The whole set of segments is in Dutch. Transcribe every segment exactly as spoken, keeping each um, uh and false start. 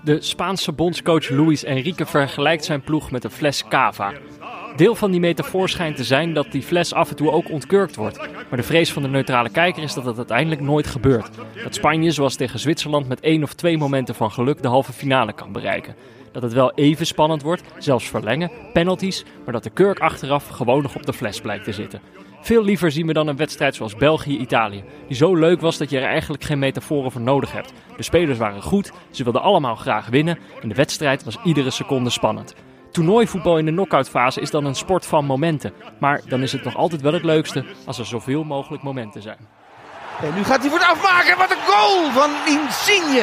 De Spaanse bondscoach Luis Enrique vergelijkt zijn ploeg met een fles cava. Deel van die metafoor schijnt te zijn dat die fles af en toe ook ontkurkt wordt. Maar de vrees van de neutrale kijker is dat het uiteindelijk nooit gebeurt. Dat Spanje, zoals tegen Zwitserland, met één of twee momenten van geluk de halve finale kan bereiken. Dat het wel even spannend wordt, zelfs verlengen, penalties, maar dat de kurk achteraf gewoon nog op de fles blijkt te zitten. Veel liever zien we dan een wedstrijd zoals België-Italië, die zo leuk was dat je er eigenlijk geen metaforen voor nodig hebt. De spelers waren goed, ze wilden allemaal graag winnen en de wedstrijd was iedere seconde spannend. Toernooivoetbal in de knock-outfase is dan een sport van momenten, maar dan is het nog altijd wel het leukste als er zoveel mogelijk momenten zijn. En nu gaat hij voor het afmaken, wat een goal van Insigne!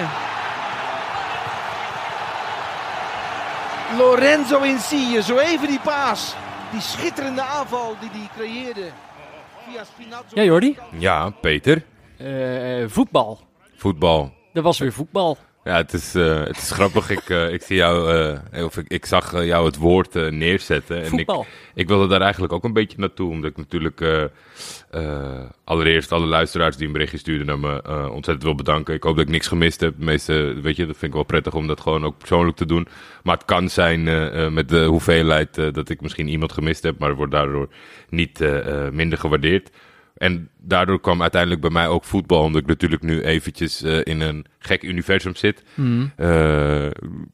Lorenzo Insigne, zo even die paas. Die schitterende aanval die hij creëerde. Via Spinazzo. Ja, Jordi? Ja, Peter. Uh, voetbal. Voetbal. Er was weer voetbal. Ja, het is, uh, het is grappig. Ik, uh, ik, zie jou, uh, of ik, ik zag uh, jou het woord uh, neerzetten. En voetbal. Ik, ik wilde daar eigenlijk ook een beetje naartoe. Omdat ik natuurlijk uh, uh, allereerst alle luisteraars die een berichtje stuurden naar me uh, ontzettend wil bedanken. Ik hoop dat ik niks gemist heb. De meeste, weet je, dat vind ik wel prettig om dat gewoon ook persoonlijk te doen. Maar het kan zijn uh, uh, met de hoeveelheid uh, dat ik misschien iemand gemist heb. Maar het wordt daardoor niet uh, uh, minder gewaardeerd. En daardoor kwam uiteindelijk bij mij ook voetbal, omdat ik natuurlijk nu eventjes uh, in een gek universum zit. Mm. Uh,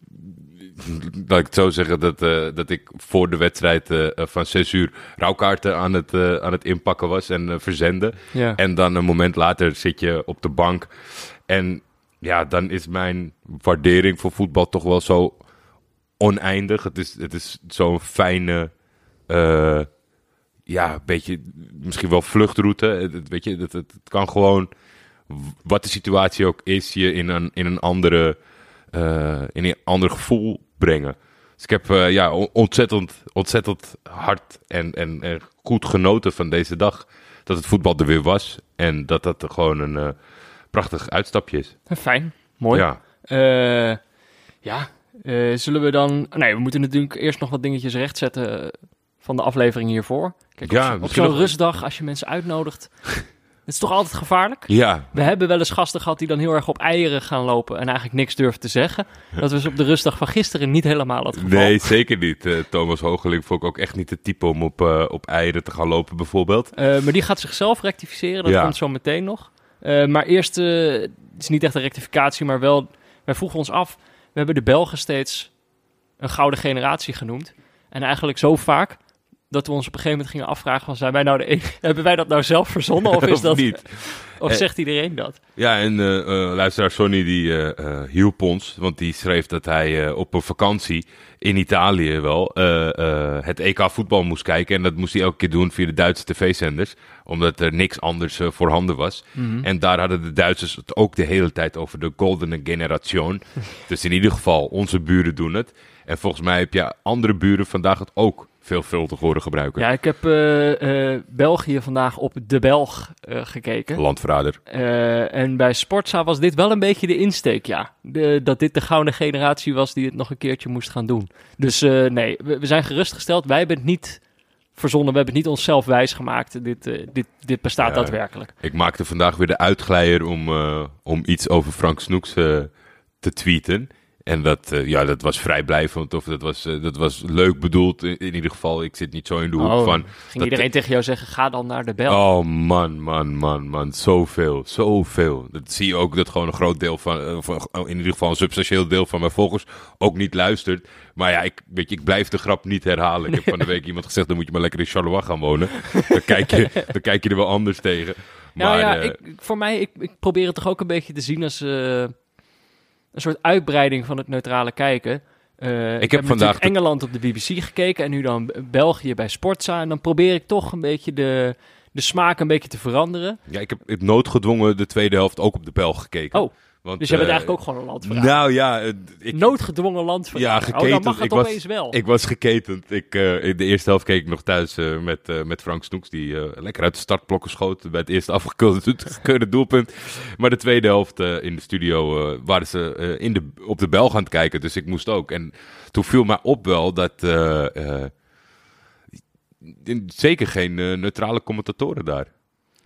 laat ik het zo zeggen dat, uh, dat ik voor de wedstrijd uh, van zes uur rouwkaarten aan het, uh, aan het inpakken was en uh, verzenden. Yeah. En dan een moment later zit je op de bank. En ja, dan is mijn waardering voor voetbal toch wel zo oneindig. Het is, het is zo'n fijne... Uh, Ja, een beetje, misschien wel vluchtroute. Het, weet je, het, het, het kan gewoon, wat de situatie ook is, je in een, in een, andere, uh, in een ander gevoel brengen. Dus ik heb uh, ja, ontzettend, ontzettend hard en, en, en goed genoten van deze dag. Dat het voetbal er weer was. En dat dat gewoon een uh, prachtig uitstapje is. Fijn, mooi. Ja, uh, ja uh, zullen we dan... Nee, we moeten natuurlijk eerst nog wat dingetjes rechtzetten van de aflevering hiervoor. Kijk, ja, op, op zo'n nog... rustdag, als je mensen uitnodigt, het is toch altijd gevaarlijk? Ja. We hebben wel eens gasten gehad die dan heel erg op eieren gaan lopen en eigenlijk niks durven te zeggen. Dat was op de rustdag van gisteren niet helemaal het geval. Nee, zeker niet. Uh, Thomas Hoogeling vond ik ook echt niet het type om op, uh, op eieren te gaan lopen bijvoorbeeld. Uh, maar die gaat zichzelf rectificeren, dat ja. komt zo meteen nog. Uh, maar eerst, uh, het is niet echt een rectificatie, maar wel, wij vroegen ons af, we hebben de Belgen steeds een gouden generatie genoemd. En eigenlijk zo vaak dat we ons op een gegeven moment gingen afvragen van, zijn wij nou de enige, hebben wij dat nou zelf verzonnen of is of dat niet? Of zegt iedereen dat? Ja, en uh, uh, luisteraar Sonny die uh, uh, hielp ons, want die schreef dat hij uh, op een vakantie in Italië wel uh, uh, het E K voetbal moest kijken. En dat moest hij elke keer doen via de Duitse tv-zenders, omdat er niks anders uh, voorhanden was. Mm-hmm. En daar hadden de Duitsers het ook de hele tijd over de Goldene Generation. Dus in ieder geval, onze buren doen het. En volgens mij heb je andere buren vandaag het ook veelvuldig horen gebruiken. Ja, ik heb uh, uh, België vandaag op De Belg uh, gekeken. Landverrader. Uh, en bij Sportza was dit wel een beetje de insteek, ja. De, dat dit de gouden generatie was die het nog een keertje moest gaan doen. Dus uh, nee, we, we zijn gerustgesteld. Wij hebben het niet verzonnen, we hebben het niet onszelf wijs gemaakt. Dit, uh, dit, dit bestaat ja, daadwerkelijk. Ik maakte vandaag weer de uitglijer om, uh, om iets over Frank Snoeks uh, te tweeten. En dat, uh, ja, dat was vrijblijvend, of dat was, uh, dat was leuk bedoeld. In, in ieder geval, ik zit niet zo in de hoek oh, van... Ging dat, iedereen tegen jou zeggen, ga dan naar de Belg? Oh man, man, man, man. Zoveel, zoveel. Dat zie je ook dat gewoon een groot deel van... Uh, van in ieder geval een substantieel deel van mijn volgers ook niet luistert. Maar ja, ik, weet je, ik blijf de grap niet herhalen. Ik heb van de week iemand gezegd, dan moet je maar lekker in Charleroi gaan wonen. Dan kijk je, dan kijk je er wel anders tegen. Maar, nou ja, uh, ik, voor mij, ik, ik probeer het toch ook een beetje te zien als... Uh... een soort uitbreiding van het neutrale kijken. Uh, ik, ik heb vandaag de... Engeland op de B B C gekeken en nu dan België bij Sportza. En dan probeer ik toch een beetje de, de smaak een beetje te veranderen. Ja, ik heb het noodgedwongen de tweede helft ook op de Belg gekeken. Oh, want, dus je bent uh, eigenlijk ook gewoon een landverraad. Nou ja... Uh, ik... Noodgedwongen landverraad. Ja, geketend. Oh, dan mag het ik opeens was, wel. Ik was geketend. Ik, uh, in de eerste helft keek ik nog thuis uh, met, uh, met Frank Snoeks, die uh, lekker uit de startblokken schoot bij het eerste afgekeurde doelpunt. Maar de tweede helft uh, in de studio uh, waren ze uh, in de, op de Belg aan het kijken, dus ik moest ook. En toen viel mij op wel dat... Uh, uh, zeker geen uh, neutrale commentatoren daar.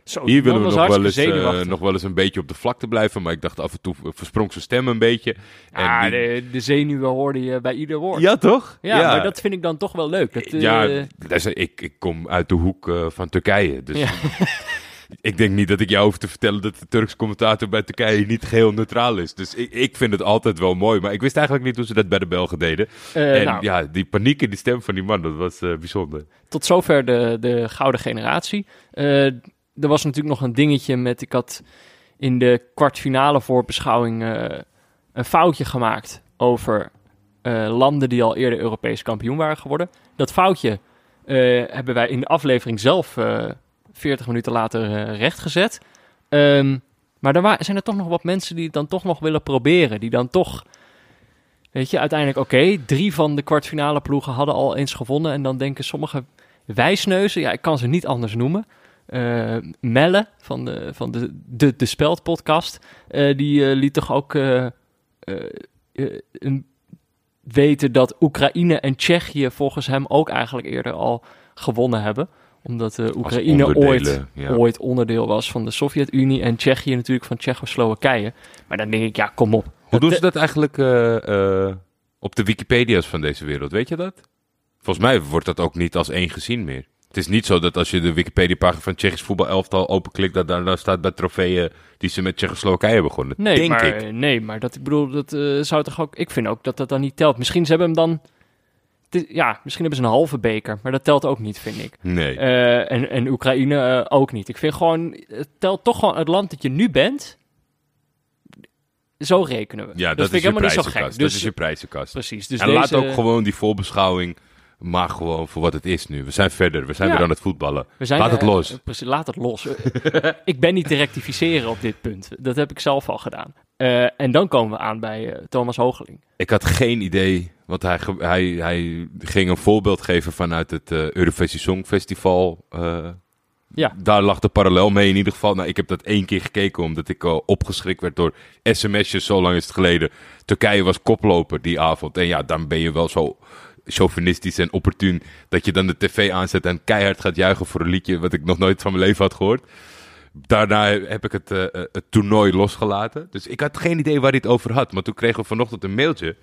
Zo, Hier die man willen we was nog wel, eens, hartstikke uh, zenuwachtig. nog wel eens een beetje op de vlakte blijven. Maar ik dacht af en toe versprong zijn stem een beetje. En Ah, die... de, de zenuwen hoorde je bij ieder woord. Ja, toch? Ja, ja, maar dat vind ik dan toch wel leuk. Dat, uh... Ja, dat is, ik, ik kom uit de hoek uh, van Turkije. Dus ja. ik denk niet dat ik jou hoef te vertellen dat de Turks commentator bij Turkije niet geheel neutraal is. Dus ik, ik vind het altijd wel mooi. Maar ik wist eigenlijk niet hoe ze dat bij de Belgen deden. Uh, en nou, ja, die paniek in die stem van die man, dat was uh, bijzonder. Tot zover de, de gouden generatie. Uh, er was natuurlijk nog een dingetje met... Ik had in de kwartfinale voorbeschouwing uh, een foutje gemaakt over uh, landen die al eerder Europees kampioen waren geworden. Dat foutje uh, hebben wij in de aflevering zelf uh, veertig minuten later uh, rechtgezet. Um, maar er wa- zijn er toch nog wat mensen die het dan toch nog willen proberen. Die dan toch, weet je, uiteindelijk oké, okay, drie van de kwartfinale ploegen hadden al eens gewonnen. En dan denken sommige wijsneuzen, ja, ik kan ze niet anders noemen. Uh, Melle van de, van de, de, de Speld podcast, uh, die uh, liet toch ook uh, uh, uh, een, weten dat Oekraïne en Tsjechië volgens hem ook eigenlijk eerder al gewonnen hebben. Omdat uh, Oekraïne ooit, ja. ooit onderdeel was van de Sovjet-Unie en Tsjechië natuurlijk van Tsjechoslowakije. Maar dan denk ik, ja, kom op. Hoe doen ze dat eigenlijk uh, uh, op de Wikipedia's van deze wereld? Weet je dat? Volgens mij wordt dat ook niet als één gezien meer. Het is niet zo dat als je de Wikipedia-pagina van Tsjechisch voetbalelftal openklikt, dat daar staat bij trofeeën die ze met Tsjechoslowakije hebben begonnen. Nee, denk maar, ik. Nee, maar dat, ik bedoel, dat uh, zou toch ook... Ik vind ook dat dat dan niet telt. Misschien ze hebben hem dan... Dit, ja, misschien hebben ze een halve beker, maar dat telt ook niet, vind ik. Nee. Uh, en, en Oekraïne uh, ook niet. Ik vind gewoon... Het telt toch gewoon het land dat je nu bent. Zo rekenen we. Ja, dat, dat is vind ik helemaal niet zo gek. Dus, Dus, dat is je prijzenkast. Precies. Dus en deze... laat ook gewoon die voorbeschouwing maar gewoon voor wat het is nu. We zijn verder. We zijn ja. weer aan het voetballen. We zijn, laat het uh, los. Precies, laat het los. Ik ben niet te rectificeren op dit punt. Dat heb ik zelf al gedaan. Uh, en dan komen we aan bij uh, Thomas Hoogeling. Ik had geen idee, want hij, hij, hij ging een voorbeeld geven vanuit het uh, Eurovisie Songfestival. Uh, ja. Daar lag de parallel mee in ieder geval. Nou, ik heb dat één keer gekeken omdat ik uh, opgeschrikt werd door sms'jes. Zo lang is het geleden. Turkije was koploper die avond. En ja, dan ben je wel zo chauvinistisch en opportun dat je dan de tv aanzet en keihard gaat juichen voor een liedje wat ik nog nooit van mijn leven had gehoord. Daarna heb ik het, uh, het toernooi losgelaten. Dus ik had geen idee waar hij het over had. Maar toen kregen we vanochtend een mailtje.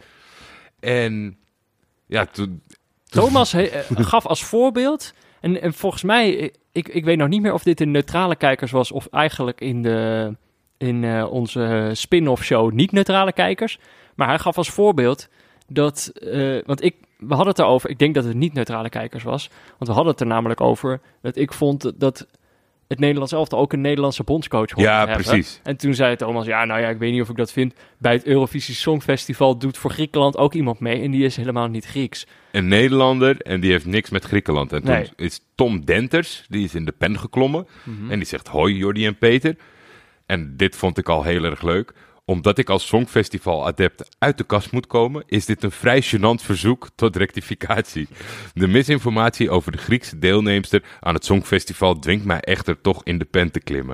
En ja, toen... Thomas he, uh, gaf als voorbeeld... En, en volgens mij, ik, ik weet nog niet meer of dit in neutrale kijkers was... of eigenlijk in, de, in uh, onze spin-off show niet-neutrale kijkers. Maar hij gaf als voorbeeld dat... Uh, want ik... We hadden het erover, ik denk dat het niet-neutrale kijkers was. Want we hadden het er namelijk over dat ik vond dat het Nederlands elftal ook een Nederlandse bondscoach hoort ja, te hebben. Precies. En toen zei Thomas, ja, nou ja, ik weet niet of ik dat vind. Bij het Eurovisie Songfestival doet voor Griekenland ook iemand mee. En die is helemaal niet Grieks. Een Nederlander en die heeft niks met Griekenland. En toen nee. is Tom Denters, die is in de pen geklommen. Mm-hmm. En die zegt, hoi Jordi en Peter. En dit vond ik al heel erg leuk. Omdat ik als Songfestival-adept uit de kast moet komen, is dit een vrij gênant verzoek tot rectificatie. De misinformatie over de Griekse deelnemster aan het Songfestival dwingt mij echter toch in de pen te klimmen.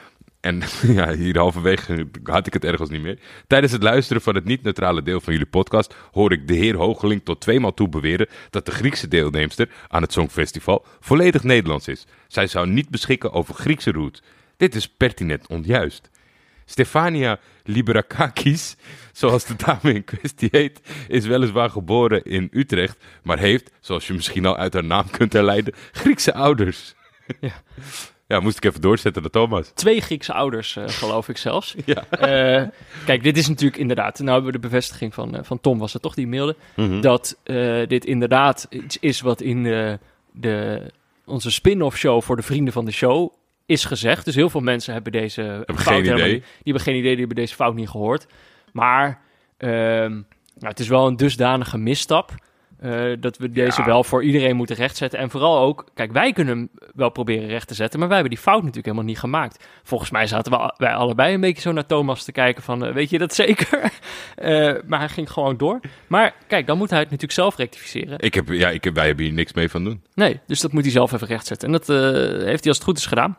En ja, hier halverwege had ik het ergens niet meer. Tijdens het luisteren van het niet-neutrale deel van jullie podcast hoor ik de heer Hoogeling tot tweemaal toe beweren dat de Griekse deelnemster aan het Songfestival volledig Nederlands is. Zij zou niet beschikken over Griekse roots. Dit is pertinent onjuist. Stefania Liberakakis, zoals de dame in kwestie heet, is weliswaar geboren in Utrecht, maar heeft, zoals je misschien al uit haar naam kunt herleiden, Griekse ouders. Ja, ja moest ik even doorzetten naar Thomas. Twee Griekse ouders, uh, geloof ik zelfs. Ja. Uh, kijk, dit is natuurlijk inderdaad, nou hebben we de bevestiging van, uh, van Tom, was het toch, die mailde, mm-hmm. dat uh, dit inderdaad iets is wat in uh, de, onze spin-off show voor de vrienden van de show is gezegd. Dus heel veel mensen hebben deze hebben fout geen idee. Niet, die hebben geen idee, die hebben deze fout niet gehoord. Maar uh, nou, het is wel een dusdanige misstap uh, dat we deze ja. wel voor iedereen moeten rechtzetten. En vooral ook, kijk, wij kunnen hem wel proberen recht te zetten, maar wij hebben die fout natuurlijk helemaal niet gemaakt. Volgens mij zaten we, wij allebei een beetje zo naar Thomas te kijken van, uh, weet je dat zeker? uh, maar hij ging gewoon door. Maar kijk, dan moet hij het natuurlijk zelf rectificeren. Ik heb, ja, ik heb, wij hebben hier niks mee van doen. Nee, dus dat moet hij zelf even rechtzetten. En dat uh, heeft hij als het goed is gedaan.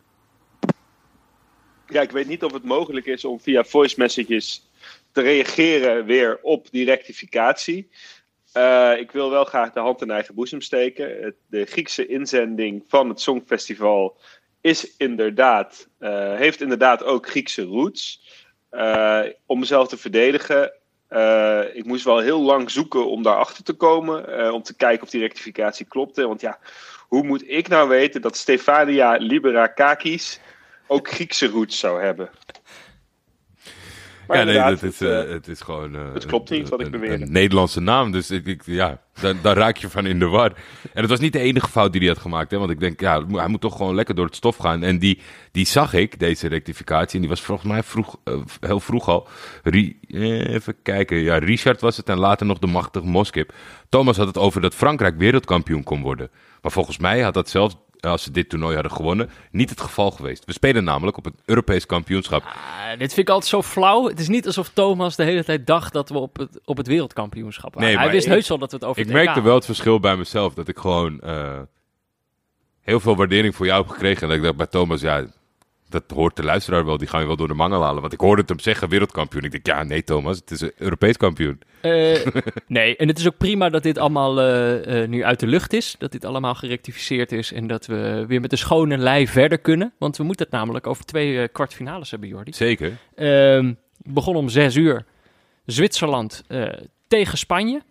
Ja, ik weet niet of het mogelijk is om via voice messages te reageren weer op die rectificatie. Uh, ik wil wel graag de hand in eigen boezem steken. De Griekse inzending van het Songfestival is inderdaad, uh, heeft inderdaad ook Griekse roots. Uh, om mezelf te verdedigen. Uh, ik moest wel heel lang zoeken om daarachter te komen. Uh, om te kijken of die rectificatie klopte. Want ja, hoe moet ik nou weten dat Stefania Liberakakis ook Griekse roots zou hebben? Maar ja, nee, dat is, uh, het is gewoon... Uh, het klopt niet wat ik beweerde. Een, een Nederlandse naam, dus ik, ik, ja, daar, daar raak je van in de war. En het was niet de enige fout die hij had gemaakt, hè, want ik denk, ja, hij moet toch gewoon lekker door het stof gaan. En die, die zag ik, deze rectificatie, en die was volgens mij vroeg, uh, heel vroeg al. Rie, eh, even kijken, ja, Richard was het en later nog de machtige Moskip. Thomas had het over dat Frankrijk wereldkampioen kon worden. Maar volgens mij had dat zelfs... als ze dit toernooi hadden gewonnen, niet het geval geweest. We spelen namelijk op het Europees kampioenschap. Ah, dit vind ik altijd zo flauw. Het is niet alsof Thomas de hele tijd dacht dat we op het, op het wereldkampioenschap waren. Nee, Hij wist ik, heus wel dat we het over ik het Ik merkte wel het verschil bij mezelf. Dat ik gewoon uh, heel veel waardering voor jou heb gekregen. En dat ik dacht bij Thomas, ja, dat hoort de luisteraar wel. Die gaan we wel door de mangel halen. Want ik hoorde het hem zeggen, wereldkampioen. Ik dacht, ja, nee Thomas, het is een Europees kampioen. Uh, nee, en het is ook prima dat dit allemaal uh, uh, nu uit de lucht is. Dat dit allemaal gerectificeerd is. En dat we weer met een schone lei verder kunnen. Want we moeten het namelijk over twee uh, kwartfinales hebben, Jordi. Zeker. Uh, begon om zes uur. Zwitserland uh, tegen Spanje.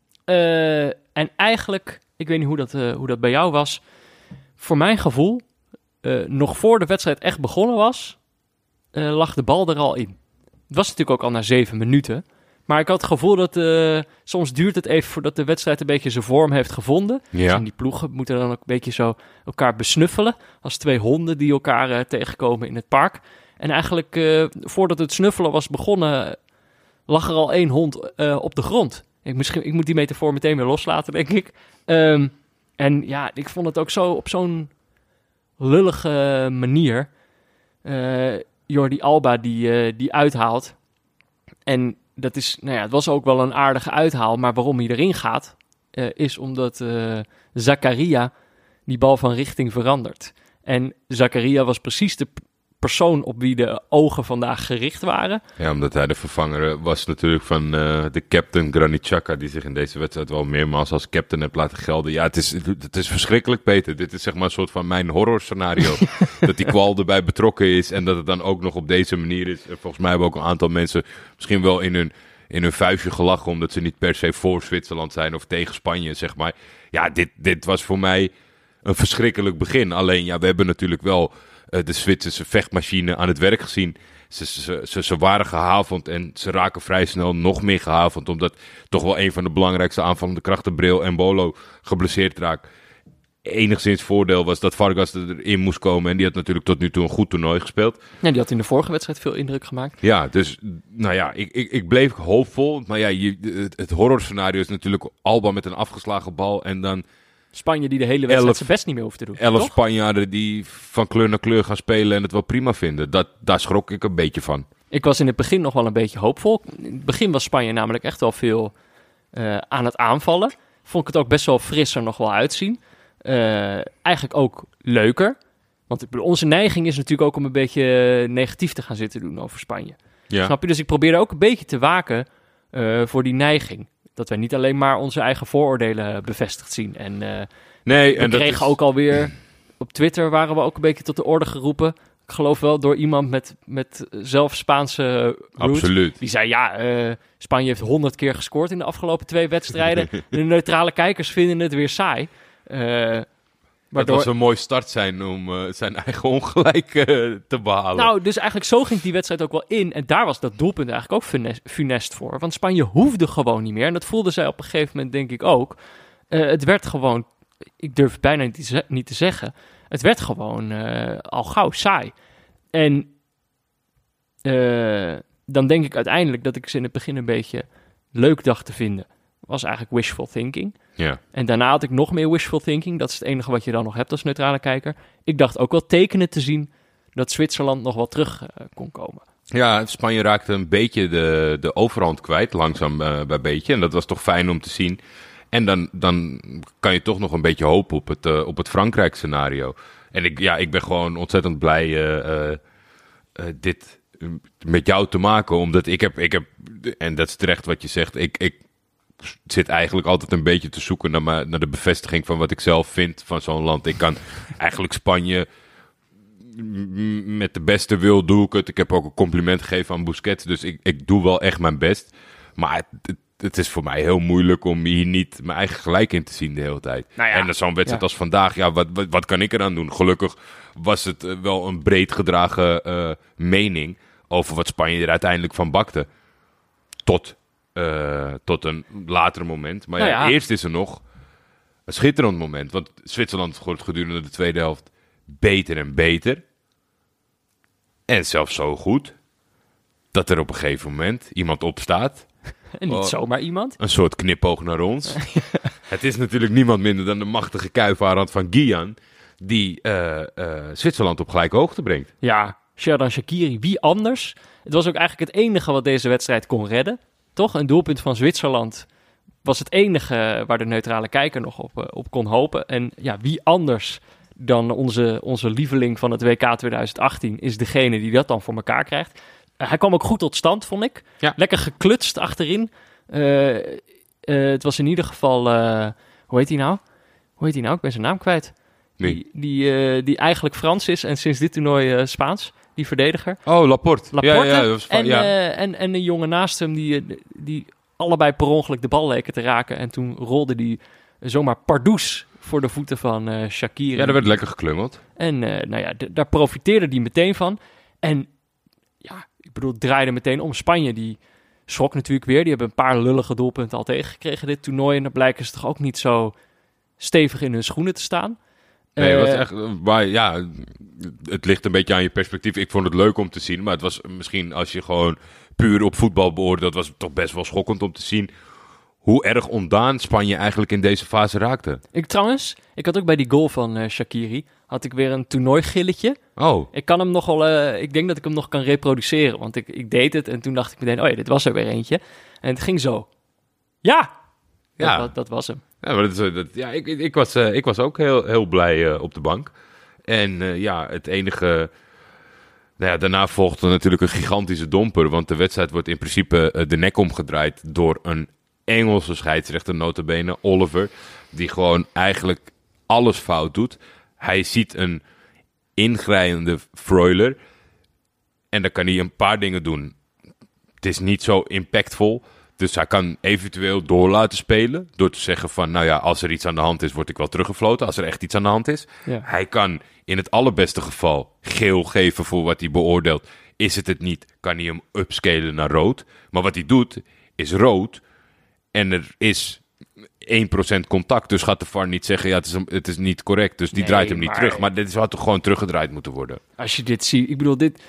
Uh, en eigenlijk, ik weet niet hoe dat, uh, hoe dat bij jou was. Voor mijn gevoel... Uh, nog voor de wedstrijd echt begonnen was, uh, lag de bal er al in. Het was natuurlijk ook al na zeven minuten. Maar ik had het gevoel dat uh, soms duurt het even voordat de wedstrijd een beetje zijn vorm heeft gevonden. Ja. Dus en die ploegen moeten dan ook een beetje zo elkaar besnuffelen. Als twee honden die elkaar uh, tegenkomen in het park. En eigenlijk uh, voordat het snuffelen was begonnen, lag er al één hond uh, op de grond. Ik, misschien, ik moet die metafoor meteen weer loslaten, denk ik. Um, en ja, ik vond het ook zo op zo'n lullige manier. Uh, Jordi Alba die, uh, die uithaalt. En dat is, nou ja, het was ook wel een aardige uithaal. Maar waarom hij erin gaat, uh, is omdat uh, Zakaria die bal van richting verandert. En Zakaria was precies de p- persoon op wie de ogen vandaag gericht waren. Ja, omdat hij de vervanger was natuurlijk van uh, de captain Granit Xhaka, die zich in deze wedstrijd wel meermaals als captain heeft laten gelden. Ja, het is, het is verschrikkelijk, Peter. Dit is zeg maar een soort van mijn horrorscenario. Dat die kwal erbij betrokken is en dat het dan ook nog op deze manier is. En volgens mij hebben ook een aantal mensen misschien wel in hun, in hun vuistje gelachen, omdat ze niet per se voor Zwitserland zijn of tegen Spanje, zeg maar. Ja, dit, dit was voor mij een verschrikkelijk begin. Alleen, ja, we hebben natuurlijk wel de Zwitserse vechtmachine aan het werk gezien. Ze, ze, ze, ze waren gehavend en ze raken vrij snel nog meer gehavend, omdat toch wel een van de belangrijkste aanvallende krachten, Bril en Bolo, geblesseerd raakt. Enigszins voordeel was dat Vargas erin moest komen en die had natuurlijk tot nu toe een goed toernooi gespeeld. Ja, die had in de vorige wedstrijd veel indruk gemaakt. Ja, dus nou ja, ik, ik, ik bleef hoopvol. Maar ja, je, het, het horrorscenario is natuurlijk Alba met een afgeslagen bal en dan Spanje die de hele wedstrijd elf, zijn best niet meer hoeft te doen. Elf toch? Spanjaarden die van kleur naar kleur gaan spelen en het wel prima vinden. Dat, daar schrok ik een beetje van. Ik was in het begin nog wel een beetje hoopvol. In het begin was Spanje namelijk echt wel veel uh, aan het aanvallen. Vond ik het ook best wel frisser nog wel uitzien. Uh, eigenlijk ook leuker. Want ik bedoel, onze neiging is natuurlijk ook om een beetje negatief te gaan zitten doen over Spanje. Ja. Snap je? Dus ik probeerde ook een beetje te waken uh, voor die neiging. Dat wij niet alleen maar onze eigen vooroordelen bevestigd zien. En uh, nee, we en kregen dat is... ook alweer... Op Twitter waren we ook een beetje tot de orde geroepen. Ik geloof wel door iemand met, met zelf Spaanse roots. Absoluut. Die zei, ja, uh, Spanje heeft honderd keer gescoord in de afgelopen twee wedstrijden. De neutrale kijkers vinden het weer saai. Uh, waardoor... Het was een mooi start zijn om uh, zijn eigen ongelijk uh, te behalen. Nou, dus eigenlijk zo ging die wedstrijd ook wel in. En daar was dat doelpunt eigenlijk ook funest, funest voor. Want Spanje hoefde gewoon niet meer. En dat voelde zij op een gegeven moment denk ik ook. Uh, het werd gewoon, ik durf het bijna niet te, ze- niet te zeggen. Het werd gewoon uh, al gauw saai. En uh, dan denk ik uiteindelijk dat ik ze in het begin een beetje leuk dacht te vinden. Was eigenlijk wishful thinking. Ja. En daarna had ik nog meer wishful thinking. Dat is het enige wat je dan nog hebt als neutrale kijker. Ik dacht ook wel tekenen te zien dat Zwitserland nog wel terug uh, kon komen. Ja, Spanje raakte een beetje de, de overhand kwijt, langzaam uh, bij beetje. En dat was toch fijn om te zien. En dan, dan kan je toch nog een beetje hopen op het, uh, op het Frankrijk-scenario. En ik, ja, ik ben gewoon ontzettend blij uh, uh, uh, dit uh, met jou te maken. Omdat ik heb, ik heb, en dat is terecht wat je zegt, ik... ik zit eigenlijk altijd een beetje te zoeken naar, mijn, naar de bevestiging van wat ik zelf vind van zo'n land. Ik kan eigenlijk Spanje m- met de beste wil doe ik het. Ik heb ook een compliment gegeven aan Busquets. Dus ik, ik doe wel echt mijn best. Maar het, het, het is voor mij heel moeilijk om hier niet mijn eigen gelijk in te zien de hele tijd. Nou ja, en dan zo'n wedstrijd ja. als vandaag, ja, wat, wat, wat kan ik eraan doen? Gelukkig was het uh, wel een breed gedragen uh, mening over wat Spanje er uiteindelijk van bakte. Tot, uh, tot een later moment. Maar Nou ja, ja. eerst is er nog een schitterend moment. Want Zwitserland wordt gedurende de tweede helft beter en beter. En zelfs zo goed dat er op een gegeven moment iemand opstaat. En niet Oh. zomaar iemand. Een soort knipoog naar ons. Het is natuurlijk niemand minder dan de machtige kuifarend van Guyan, die uh, uh, Zwitserland op gelijke hoogte brengt. Ja, Xherdan Shaqiri, wie anders? Het was ook eigenlijk het enige wat deze wedstrijd kon redden. Toch? Een doelpunt van Zwitserland was het enige waar de neutrale kijker nog op, uh, op kon hopen. En ja, wie anders dan onze, onze lieveling van het W K twintig achttien is degene die dat dan voor elkaar krijgt. Uh, hij kwam ook goed tot stand, vond ik. Ja. Lekker geklutst achterin. Uh, uh, het was in ieder geval... Uh, hoe heet hij nou? Hoe heet hij nou? Ik ben zijn naam kwijt. Nee. Die, die, uh, die eigenlijk Frans is en sinds dit toernooi uh, Spaans. Die verdediger. Oh, Laporte. Laporte. Ja, ja, dat was van, en, ja. uh, en, en een jongen naast hem die, uh, die allebei per ongeluk de bal leken te raken. En toen rolde die zomaar pardoes voor de voeten van uh, Shaqiri. ja, daar werd lekker geklungeld. En uh, nou ja, d- daar profiteerde die meteen van. En ja, ik bedoel, het draaide meteen om. Spanje, die schrok natuurlijk weer. Die hebben een paar lullige doelpunten al tegengekregen dit toernooi. En dan blijken ze toch ook niet zo stevig in hun schoenen te staan. Nee, het was Uh, echt, maar ja, het ligt een beetje aan je perspectief. Ik vond het leuk om te zien, maar het was misschien als je gewoon puur op voetbal beoordeelt, was het toch best wel schokkend om te zien hoe erg ontdaan Spanje eigenlijk in deze fase raakte. Ik trouwens, ik had ook bij die goal van uh, Shaqiri, had ik weer een toernooigilletje. Oh, Ik kan hem nog wel, uh, ik denk dat ik hem nog kan reproduceren, want ik, ik deed het en toen dacht ik meteen, oh ja, dit was er weer eentje. En het ging zo. Ja! Ja. Dat, dat was hem. ja, maar dat, is- dat, ja ik, ik, ik, was, uh, ik was ook heel, heel blij uh, op de bank. En uh, ja, het enige... Nou ja, daarna volgde natuurlijk een gigantische domper, want de wedstrijd wordt in principe uh, de nek omgedraaid door een Engelse scheidsrechter, nota bene, Oliver, die gewoon eigenlijk alles fout doet. Hij ziet een ingrijpende Freuler en dan kan hij een paar dingen doen. Het is niet zo impactvol, dus hij kan eventueel door laten spelen door te zeggen van, nou ja, als er iets aan de hand is, word ik wel teruggefloten, als er echt iets aan de hand is. Ja. Hij kan in het allerbeste geval geel geven voor wat hij beoordeelt. Is het het niet, kan hij hem upscalen naar rood. Maar wat hij doet, is rood. En er is één procent contact. Dus gaat de V A R niet zeggen, ja, het is, een- het is niet correct. Dus die Nee, draait hem niet maar- terug. Maar dit had toch gewoon teruggedraaid moeten worden. Als je dit ziet, ik bedoel, dit...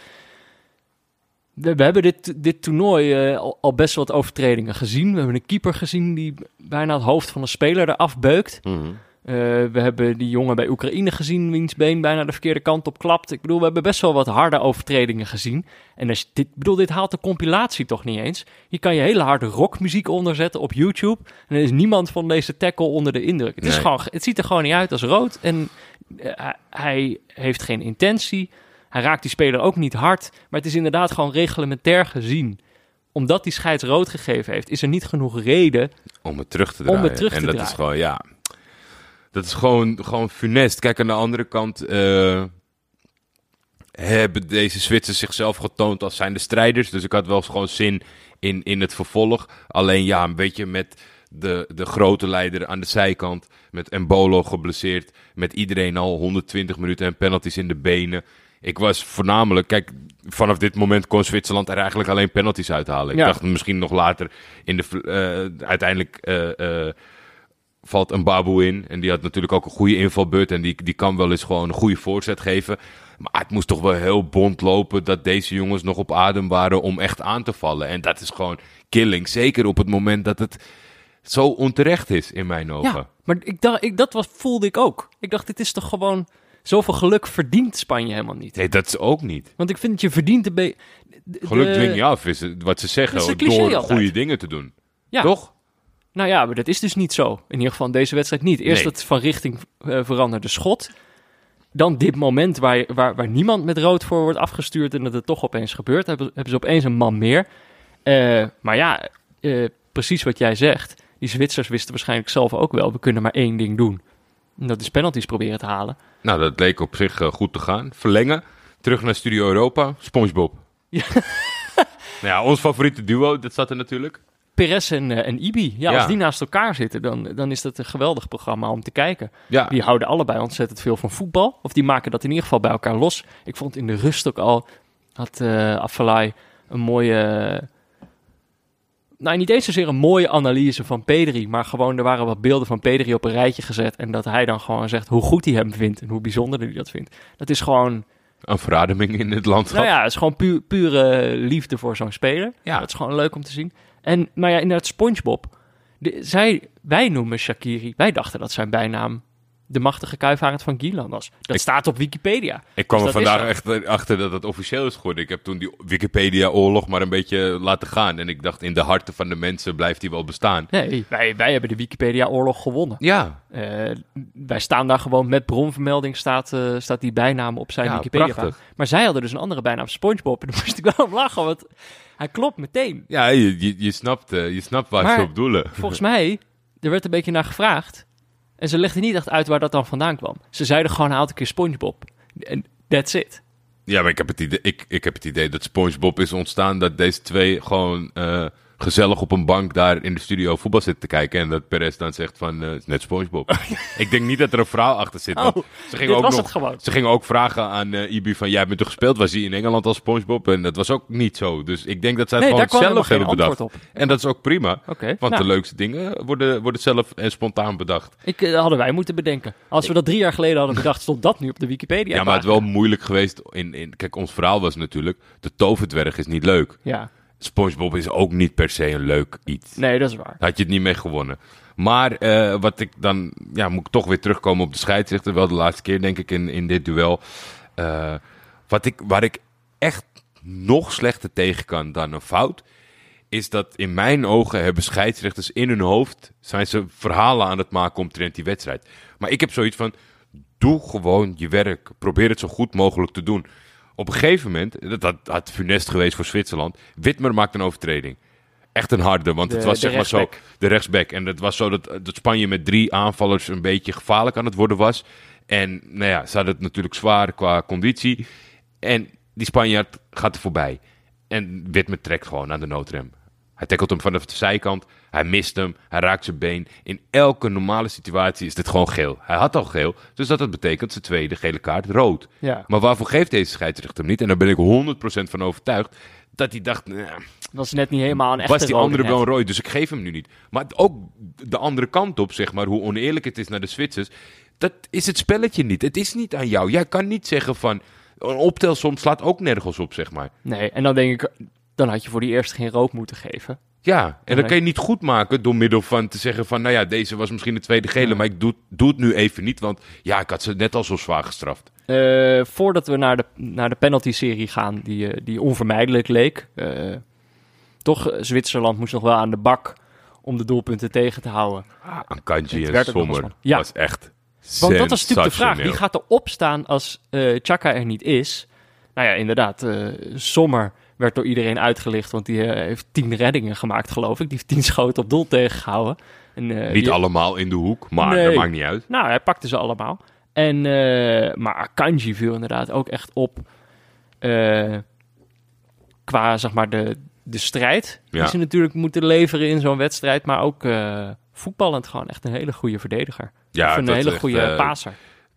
We, we hebben dit, dit toernooi uh, al, al best wat overtredingen gezien. We hebben een keeper gezien die bijna het hoofd van een speler eraf beukt. Uh, we hebben die jongen bij Oekraïne gezien, wiens been bijna de verkeerde kant op klapt. Ik bedoel, we hebben best wel wat harde overtredingen gezien. En als je dit, ik bedoel, dit haalt de compilatie toch niet eens. Hier kan je hele harde rockmuziek onderzetten op YouTube. En er is niemand van deze tackle onder de indruk. Het, is Nee. gewoon, het ziet er gewoon niet uit als rood. En uh, hij- hij heeft geen intentie. Hij raakt die speler ook niet hard. Maar het is inderdaad gewoon reglementair gezien. Omdat die scheids rood gegeven heeft, is er niet genoeg reden. Om het terug te Om draaien. het terug te en dat draaien. is gewoon, ja... Dat is gewoon, gewoon funest. Kijk, aan de andere kant... eh, hebben deze Zwitsers zichzelf getoond als zijn de strijders. Dus ik had wel eens gewoon zin in, in het vervolg. Alleen ja, een beetje met de, de grote leider aan de zijkant. Met Embolo geblesseerd. Met iedereen al honderdtwintig minuten en penalties in de benen. Ik was voornamelijk... Kijk, vanaf dit moment kon Zwitserland er eigenlijk alleen penalties uithalen. Ik Ja. dacht misschien nog later in de... eh, uiteindelijk... eh, eh, valt een Babu in. En die had natuurlijk ook een goede invalbeurt. En die, die kan wel eens gewoon een goede voorzet geven. Maar het moest toch wel heel bond lopen dat deze jongens nog op adem waren om echt aan te vallen. En dat is gewoon killing. Zeker op het moment dat het zo onterecht is in mijn ogen. Ja, maar ik dacht, ik, dat was, voelde ik ook. Ik dacht, dit is toch gewoon... Zoveel geluk verdient Spanje helemaal niet. Nee, dat is ook niet. Want ik vind dat je verdient een beetje... Geluk dwing je af, is het, wat ze zeggen. Dat is een cliché Door altijd. goede dingen te doen. Ja. Toch? Nou ja, maar dat is dus niet zo. In ieder geval in deze wedstrijd niet. Eerst Nee. dat van richting uh, veranderde schot. Dan dit moment waar, waar, waar niemand met rood voor wordt afgestuurd... en dat het toch opeens gebeurt. Hebben, hebben ze opeens een man meer. Uh, maar ja, uh, precies wat jij zegt. Die Zwitsers wisten waarschijnlijk zelf ook wel... we kunnen maar één ding doen. En dat is penalties proberen te halen. Nou, dat leek op zich uh, goed te gaan. Verlengen. Terug naar Studio Europa, SpongeBob. Ja. Nou ja, ons favoriete duo, dat zat er natuurlijk. Perez en, uh, en Ibi. Ja, Ja. als die naast elkaar zitten, dan, dan is dat een geweldig programma om te kijken. Ja, Die houden allebei ontzettend veel van voetbal. Of die maken dat in ieder geval bij elkaar los. Ik vond in de rust ook al, had uh, Afellay een mooie... Uh, nou, niet eens zozeer een mooie analyse van Pedri, maar gewoon er waren wat beelden van Pedri op een rijtje gezet. En dat hij dan gewoon zegt hoe goed hij hem vindt en hoe bijzonder hij dat vindt. Dat is gewoon... een verademing in het landschap. Nou ja, het is gewoon pu- pure liefde voor zo'n speler. Ja. Dat is gewoon leuk om te zien. En, maar ja, inderdaad, SpongeBob. De, zij, wij noemen Shaqiri. Wij dachten dat zijn bijnaam de machtige kuifarend van Gilan was. Dat Ik- staat op Wikipedia. Ik kwam Dus er dat vandaag is echt achter dat het officieel is geworden. Ik heb toen die Wikipedia-oorlog maar een beetje laten gaan. En ik dacht, in de harten van de mensen blijft die wel bestaan. Nee, wij, wij hebben de Wikipedia-oorlog gewonnen. Ja, Uh, wij staan daar gewoon met bronvermelding, staat, uh, staat die bijnaam op zijn ja Wikipedia. prachtig. Maar zij hadden dus een andere bijnaam, SpongeBob. En daar moest ik wel om lachen, want hij klopt meteen. Ja, je, je, je, snapt, uh, je snapt waar Maar- ze op doelen. Volgens mij, er werd een beetje naar gevraagd. En ze legden niet echt uit waar dat dan vandaan kwam. Ze zeiden gewoon, haal een keer SpongeBob. En that's it. Ja, maar ik heb, het idee, ik, ik heb het idee dat SpongeBob is ontstaan dat deze twee gewoon uh, gezellig op een bank daar in de studio voetbal zitten te kijken. En dat Perez dan zegt van, uh, het is net SpongeBob. Ik denk niet dat er een verhaal achter zit. Want Oh, ze gingen dit ook was nog, het gewoon. Ze gingen ook vragen aan uh, Ibi van, jij bent toch gespeeld? Was hij in Engeland als SpongeBob? En dat was ook niet zo. Dus ik denk dat zij het Nee, daar gewoon kwam er zelf nog geen hebben bedacht. antwoord op. En dat is ook prima. Oké, okay, Want nou, de leukste dingen worden, worden zelf en spontaan bedacht. ik, uh, hadden wij moeten bedenken. Als we dat drie jaar geleden hadden bedacht, stond dat nu op de Wikipedia. Ja, maar het is wel moeilijk geweest. In, in, kijk, ons verhaal was natuurlijk, de toverdwerg is niet leuk. Ja, SpongeBob is ook niet per se een leuk iets. nee, dat is waar. Had je het niet mee gewonnen. Maar eh, wat ik dan... Ja, moet ik toch weer terugkomen op de scheidsrechter. Wel de laatste keer, denk ik, in, in dit duel. Uh, wat ik, waar ik echt nog slechter tegen kan dan een fout... is dat in mijn ogen hebben scheidsrechters in hun hoofd... zijn ze verhalen aan het maken omtrent die wedstrijd. Maar ik heb zoiets van... doe gewoon je werk. Probeer het zo goed mogelijk te doen. Op een gegeven moment... dat had, had funest geweest voor Zwitserland... Witmer maakt een overtreding. Echt een harde, want De- het was de zeg maar zo... rechtsback. De rechtsback. En het was zo dat, dat Spanje met drie aanvallers... een beetje gevaarlijk aan het worden was. En nou ja, ze hadden het natuurlijk zwaar qua conditie. En die Spanjaard gaat er voorbij. En Witmer trekt gewoon aan de noodrem. Hij tackelt hem vanaf de zijkant. Hij mist hem. Hij raakt zijn been. In elke normale situatie is dit gewoon geel. Hij had al geel. Dus dat, dat betekent zijn tweede gele kaart rood. Ja, Maar waarvoor geeft deze scheidsrechter hem niet? En daar ben ik honderd procent van overtuigd. Dat hij dacht, nou, dat was net niet helemaal een echte was die rode andere net. wel een rood, dus ik geef hem nu niet. Maar ook de andere kant op, zeg maar, hoe oneerlijk het is naar de Zwitsers. Dat is het spelletje niet. Het is niet aan jou. Jij kan niet zeggen van, een optelsom slaat ook nergens op, zeg maar. Nee, en dan denk ik, dan had je voor die eerste geen rood moeten geven. Ja, en Nee. dan kan je niet goed maken door middel van te zeggen van, nou ja, deze was misschien de tweede gele, Ja. maar ik doe, doe het nu even niet, want ja, ik had ze net al zo zwaar gestraft. Uh, voordat we naar de, naar de penalty-serie gaan, die, uh, die onvermijdelijk leek. Uh, toch, uh, Zwitserland moest nog wel aan de bak om de doelpunten tegen te houden. Ah, Akanji Het en werd ook nog Sommer eens van. Ja. was echt Want dat was natuurlijk de vraag. Wie sensationeel. gaat er opstaan als uh, Xhaka er niet is? Nou ja, inderdaad. Uh, Sommer werd door iedereen uitgelicht, want die uh, heeft tien reddingen gemaakt, geloof ik. Die heeft tien schoten op doel tegengehouden. En, uh, Niet die... allemaal in de hoek, maar Nee. dat maakt niet uit. Nou, hij pakte ze allemaal. En, uh, maar Akanji viel inderdaad ook echt op uh, qua, zeg maar, de, de strijd. Ja. Die ze natuurlijk moeten leveren in zo'n wedstrijd. Maar ook uh, voetballend gewoon echt een hele goede verdediger. Ja, of een dat hele echt, goede uh, passer.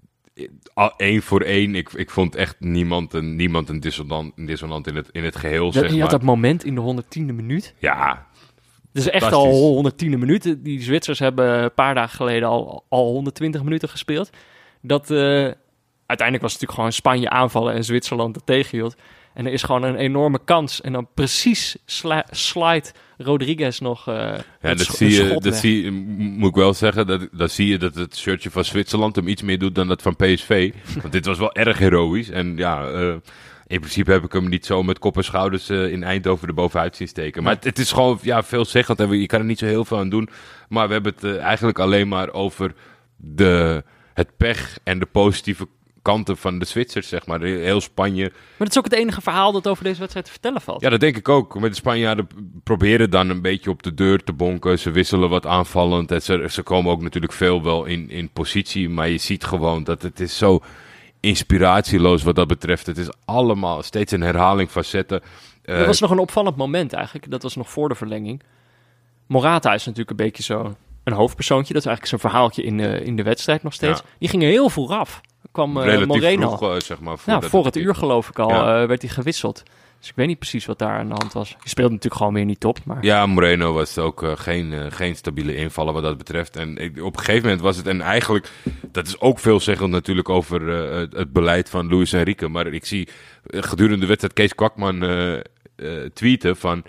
Al één voor één. Ik, ik vond echt niemand een, niemand een dissonant, een dissonant in, het, in het geheel, Dat, zeg je maar. had dat moment in de honderdtiende minuut. Ja, Dat is echt Fantastisch. al honderdtiende minuten. Die Zwitsers hebben een paar dagen geleden al, al honderdtwintig minuten gespeeld. Dat, uh, uiteindelijk was het natuurlijk gewoon Spanje aanvallen en Zwitserland dat tegenhield. En er is gewoon een enorme kans. En dan precies sli- slide Rodriguez nog uh, ja het dat, sch- zie een je, schot dat weg. zie je, m- moet ik wel zeggen, dat, dat zie je dat het shirtje van Zwitserland hem iets meer doet dan dat van P S V. Want dit was wel erg heroïs. En ja, uh, in principe heb ik hem niet zo met kop en schouders uh, in Eindhoven erbovenuit zien steken. Maar Nee. het, het is gewoon ja, veelzeggend en we- je kan er niet zo heel veel aan doen. Maar we hebben het uh, eigenlijk alleen maar over de, het pech en de positieve kanten van de Zwitsers, zeg maar. Heel Spanje. Maar dat is ook het enige verhaal dat over deze wedstrijd te vertellen valt. Ja, dat denk ik ook. Met de Spanjaarden proberen dan een beetje op de deur te bonken. Ze wisselen wat aanvallend. En ze, ze komen ook natuurlijk veel wel in, in positie. Maar je ziet gewoon dat het is zo inspiratieloos wat dat betreft. Het is allemaal steeds een herhaling facetten. Uh, er was nog een opvallend moment eigenlijk. Dat was nog voor de verlenging. Morata is natuurlijk een beetje zo een hoofdpersoontje. Dat is eigenlijk zijn verhaaltje in de, in de wedstrijd nog steeds. Ja. Die ging er heel vroeg af. Kwam uh, Relatief Moreno. Vroeg, uh, zeg maar, nou, voor het, het uur geloof ik al ja. uh, werd hij gewisseld. Dus ik weet niet precies wat daar aan de hand was. Je speelde natuurlijk gewoon weer niet top. Maar... Ja, Moreno was ook uh, geen, uh, geen stabiele invaller wat dat betreft. En ik, op een gegeven moment was het... En eigenlijk, dat is ook veelzeggend natuurlijk over uh, het, het beleid van Luis Enrique. Maar ik zie uh, gedurende de wedstrijd Kees Kwakman uh, uh, tweeten van...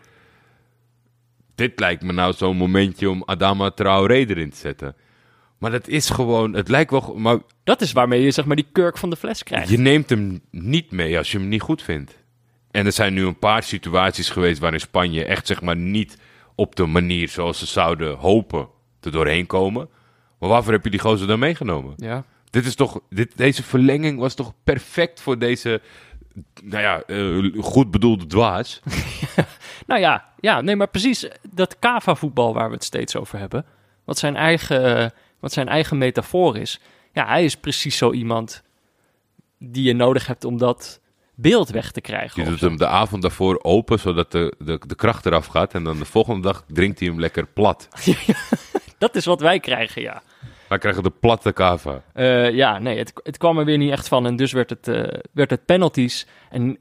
Dit lijkt me nou zo'n momentje om Adama Traoré erin te zetten. Maar dat is gewoon... Het lijkt wel... Maar dat is waarmee je zeg maar die kurk van de fles krijgt. Je neemt hem niet mee als je hem niet goed vindt. En er zijn nu een paar situaties geweest waarin Spanje echt zeg maar niet op de manier zoals ze zouden hopen er doorheen komen. Maar waarvoor heb je die gozer dan meegenomen? Ja. Dit is toch, dit, deze verlenging was toch perfect voor deze, nou ja, uh, goed bedoelde dwaas? nou ja, ja, nee, maar precies dat Cava-voetbal waar we het steeds over hebben. Wat zijn eigen, wat zijn eigen metafoor is. Ja, hij is precies zo iemand die je nodig hebt om dat beeld weg te krijgen. Je doet hem de avond daarvoor open, zodat de, de, de kracht eraf gaat. En dan de volgende dag drinkt hij hem lekker plat. Dat is wat wij krijgen, ja. Wij krijgen de platte Cava. Uh, ja, nee, het, het kwam er weer niet echt van. En dus werd het, uh, werd het penalties. En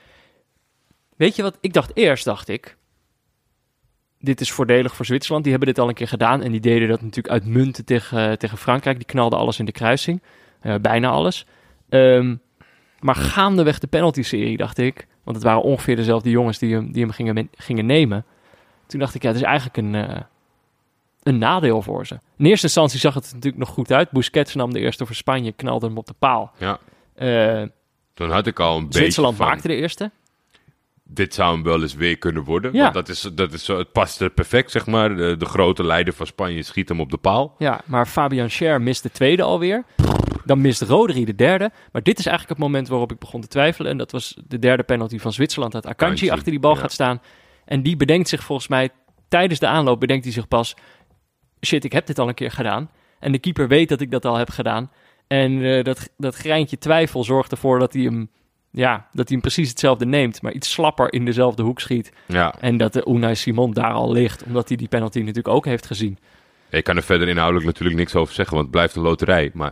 weet je wat? Ik dacht eerst, dacht ik... Dit is voordelig voor Zwitserland. Die hebben dit al een keer gedaan. En die deden dat natuurlijk uitmuntend tegen, uh, tegen Frankrijk. Die knalden alles in de kruising. Uh, bijna alles. Um, Maar gaandeweg de penalty-serie, dacht ik... want het waren ongeveer dezelfde jongens die hem, die hem gingen, gingen nemen. Toen dacht ik, ja, het is eigenlijk een, uh, een nadeel voor ze. In eerste instantie zag het er natuurlijk nog goed uit. Busquets nam de eerste voor Spanje, knalde hem op de paal. Ja. Uh, Toen had ik al een beetje Zwitserland van, maakte de eerste. Dit zou hem wel eens weer kunnen worden. Ja. Want dat is, dat is zo, het past er perfect, zeg maar. De, de grote leider van Spanje schiet hem op de paal. Ja, maar Fabian Schär mist de tweede alweer. Dan mist Rodri de derde. Maar dit is eigenlijk het moment waarop ik begon te twijfelen. En dat was de derde penalty van Zwitserland. Dat Akanji, Akanji achter die bal ja. gaat staan. En die bedenkt zich volgens mij... tijdens de aanloop bedenkt hij zich pas... shit, ik heb dit al een keer gedaan. En de keeper weet dat ik dat al heb gedaan. En uh, dat, dat greintje twijfel zorgt ervoor dat hij hem... ja, dat hij hem precies hetzelfde neemt. Maar iets slapper in dezelfde hoek schiet. Ja. En dat de Unai Simon daar al ligt. Omdat hij die penalty natuurlijk ook heeft gezien. Ik kan er verder inhoudelijk natuurlijk niks over zeggen. Want het blijft een loterij. Maar...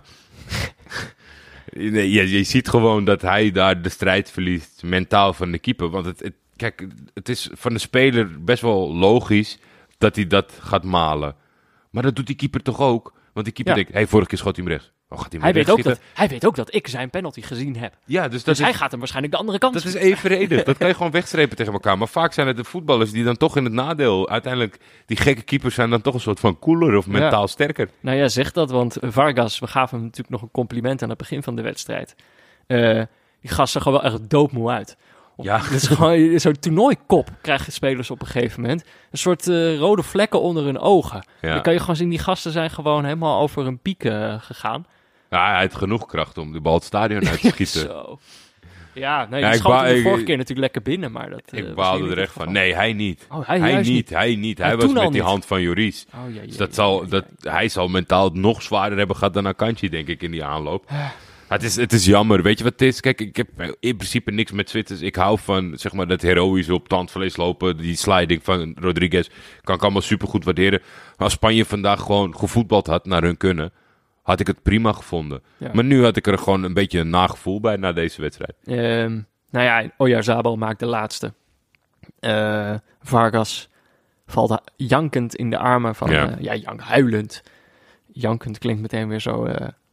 Nee, je, je ziet gewoon dat hij daar de strijd verliest, mentaal van de keeper. Want het, het, kijk, het is van de speler best wel logisch dat hij dat gaat malen. Maar dat doet die keeper toch ook? Want die keeper ja. denkt, hey, vorige keer schoot hij hem rechts. Oh, gaat hij, hij, weet ook dat, hij weet ook dat ik zijn penalty gezien heb. Ja, dus dat dus is, hij gaat hem waarschijnlijk de andere kant. Dat is evenredig. Dat kan je gewoon wegstrepen tegen elkaar. Maar vaak zijn het de voetballers die dan toch in het nadeel... Uiteindelijk, die gekke keepers zijn dan toch een soort van cooler of mentaal ja. sterker. Nou ja, zeg dat, want Vargas, we gaven hem natuurlijk nog een compliment aan het begin van de wedstrijd. Uh, die gast zag er wel echt doodmoe uit. Ja. Dat is gewoon zo'n toernooikop krijgen spelers op een gegeven moment. Een soort uh, rode vlekken onder hun ogen. Ja. Dan kan je gewoon zien, die gasten zijn gewoon helemaal over hun piek uh, gegaan. Ja, hij had genoeg kracht om de bal het stadion uit te schieten. Zo. Ja, nee, ja, die schoot ba- hem de vorige ik, keer natuurlijk lekker binnen, maar dat uh, ik baalde er echt van. Nee, hij niet. Oh, hij hij niet, niet, hij niet. Hij ja, was met die niet. hand van Lloris. Oh, ja, ja, dus dat ja, zal, ja, dat, ja. hij zal mentaal nog zwaarder hebben gehad dan Akanji, denk ik, in die aanloop. Maar het is, het is jammer. Weet je wat het is? Kijk, ik heb in principe niks met Zwitsers. Ik hou van, zeg maar, dat heroïsche op tandvlees lopen. Die sliding van Rodriguez kan ik allemaal supergoed waarderen. Maar als Spanje vandaag gewoon gevoetbald had naar hun kunnen, had ik het prima gevonden. Ja. Maar nu had ik er gewoon een beetje een nagevoel bij na deze wedstrijd. Um, nou ja, Oyarzabal maakt de laatste. Uh, Vargas valt jankend in de armen van... Ja, uh, ja jank, huilend. Jankend klinkt meteen weer zo... Uh,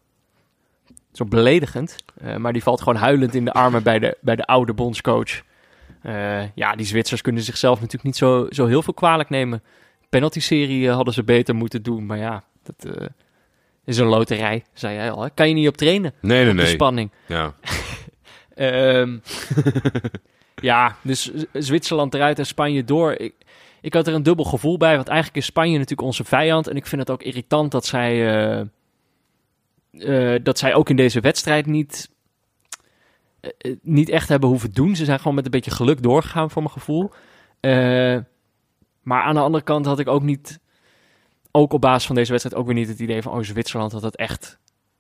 Zo beledigend. Uh, maar die valt gewoon huilend in de armen bij de, bij de oude bondscoach. Uh, ja, die Zwitsers kunnen zichzelf natuurlijk niet zo, zo heel veel kwalijk nemen. Penalty-serie uh, hadden ze beter moeten doen. Maar ja, dat uh, is een loterij, zei jij al. Hè? Kan je niet op trainen? Nee, nee, op de nee. spanning. Ja. um, ja, dus Zwitserland eruit en Spanje door. Ik, ik had er een dubbel gevoel bij. Want eigenlijk is Spanje natuurlijk onze vijand. En ik vind het ook irritant dat zij... Uh, Uh, dat zij ook in deze wedstrijd niet, uh, niet echt hebben hoeven doen. Ze zijn gewoon met een beetje geluk doorgegaan, voor mijn gevoel. Uh, maar aan de andere kant had ik ook niet... ook op basis van deze wedstrijd ook weer niet het idee van... oh, Zwitserland had het echt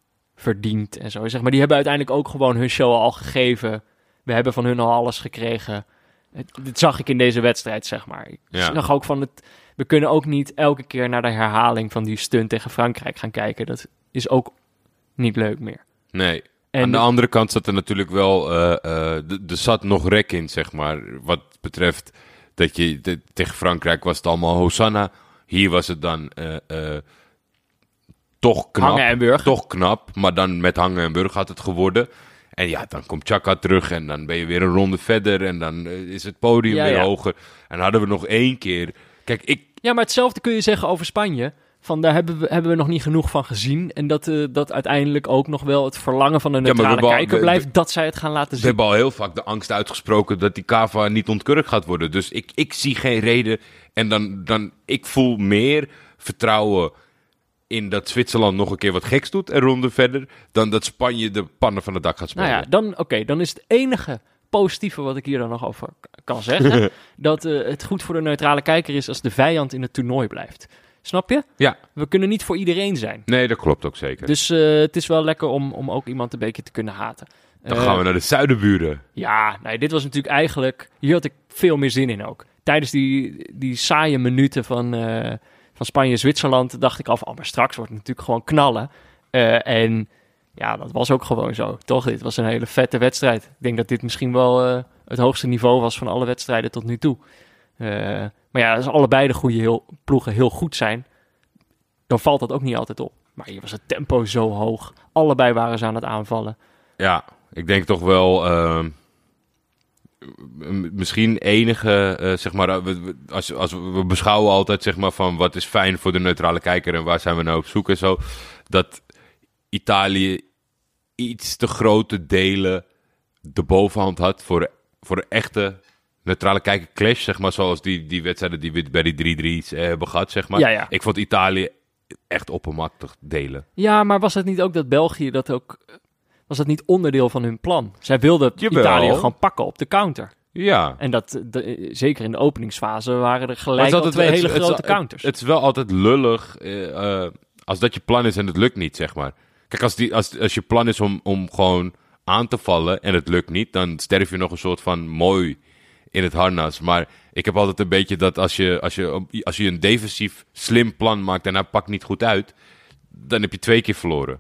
verdiend en zo. Zeg maar, die hebben uiteindelijk ook gewoon hun show al gegeven. We hebben van hun al alles gekregen. Het, dit zag ik in deze wedstrijd, zeg maar. Ik Ja. zag ook van het... We kunnen ook niet elke keer naar de herhaling van die stunt tegen Frankrijk gaan kijken. Dat is ook niet leuk meer. Nee. En Aan de de- andere kant zat er natuurlijk wel... eh, eh, d- er zat nog rek in, zeg maar. Wat betreft dat je... de- tegen Frankrijk was het allemaal Hosanna. Hier was het dan... eh, eh, toch knap. Hangen en burger. Toch knap. Maar dan met hangen en burger had het geworden. En ja, dan komt Chaka terug en dan ben je weer een ronde verder. En dan eh, is het podium Ja, weer ja. hoger. En hadden we nog één keer... Kijk, ik... Ja, maar hetzelfde kun je zeggen over Spanje. Van daar hebben we, hebben we nog niet genoeg van gezien. En dat, eh, dat uiteindelijk ook nog wel het verlangen van de maar we neutrale hebben al- kijker we- blijft dat zij het gaan laten We zien. hebben al heel vaak de angst uitgesproken dat die Cava niet ontkurkt gaat worden. Dus ik, ik zie geen reden. En dan, dan, ik voel meer vertrouwen in dat Zwitserland nog een keer wat geks doet en ronde verder, dan dat Spanje de pannen van het dak gaat spelen. Nou ja, dan, oké, dan is het enige positieve wat ik hier dan nog over k- kan zeggen, dat eh, het goed voor de neutrale kijker is als de vijand in het toernooi blijft. Snap je? Ja. We kunnen niet voor iedereen zijn. Nee, dat klopt ook zeker. Dus eh, het is wel lekker om, om ook iemand een beetje te kunnen haten. dan Eh, gaan we naar de zuidenburen. Ja, nee, dit was natuurlijk eigenlijk... Hier had ik veel meer zin in ook. Tijdens die, die saaie minuten van, eh, van Spanje-Zwitserland dacht ik al van... Oh, maar straks wordt het natuurlijk gewoon knallen. Eh, en ja, dat was ook gewoon zo, toch? Dit was een hele vette wedstrijd. Ik denk dat dit misschien wel eh, het hoogste niveau was van alle wedstrijden tot nu toe. Eh, maar ja, als allebei de goede heel, ploegen heel goed zijn... dan valt dat ook niet altijd op. Maar hier was het tempo zo hoog. Allebei waren ze aan het aanvallen. Ja, ik denk toch wel... ehm, m- misschien enige, eh, zeg maar... uh, we- we- Als, als we, we beschouwen altijd, zeg maar, van wat is fijn voor de neutrale kijker en waar zijn we nou op zoek en zo. Dat Italië iets te grote delen de bovenhand had voor, voor een echte neutrale kijker clash, zeg maar. Zoals die, die wedstrijden die we bij die drie drie's eh, hebben gehad, zeg maar. Ja, ja. Ik vond Italië echt oppermachtig delen. Ja, maar was het niet ook dat België dat ook... Was dat niet onderdeel van hun plan? Zij wilden Jawel. Italië gewoon pakken op de counter. Ja. En dat, de- zeker in de openingsfase waren er Maar gelijk het is al altijd- twee het- hele het is- grote het- counters. Het is wel altijd lullig eh, eh, als dat je plan is en het lukt niet, zeg maar. Kijk, als, die, als, als je plan is om, om gewoon aan te vallen en het lukt niet, dan sterf je nog een soort van mooi in het harnas. Maar ik heb altijd een beetje dat als je, als je, als je een defensief slim plan maakt en hij pakt niet goed uit, dan heb je twee keer verloren.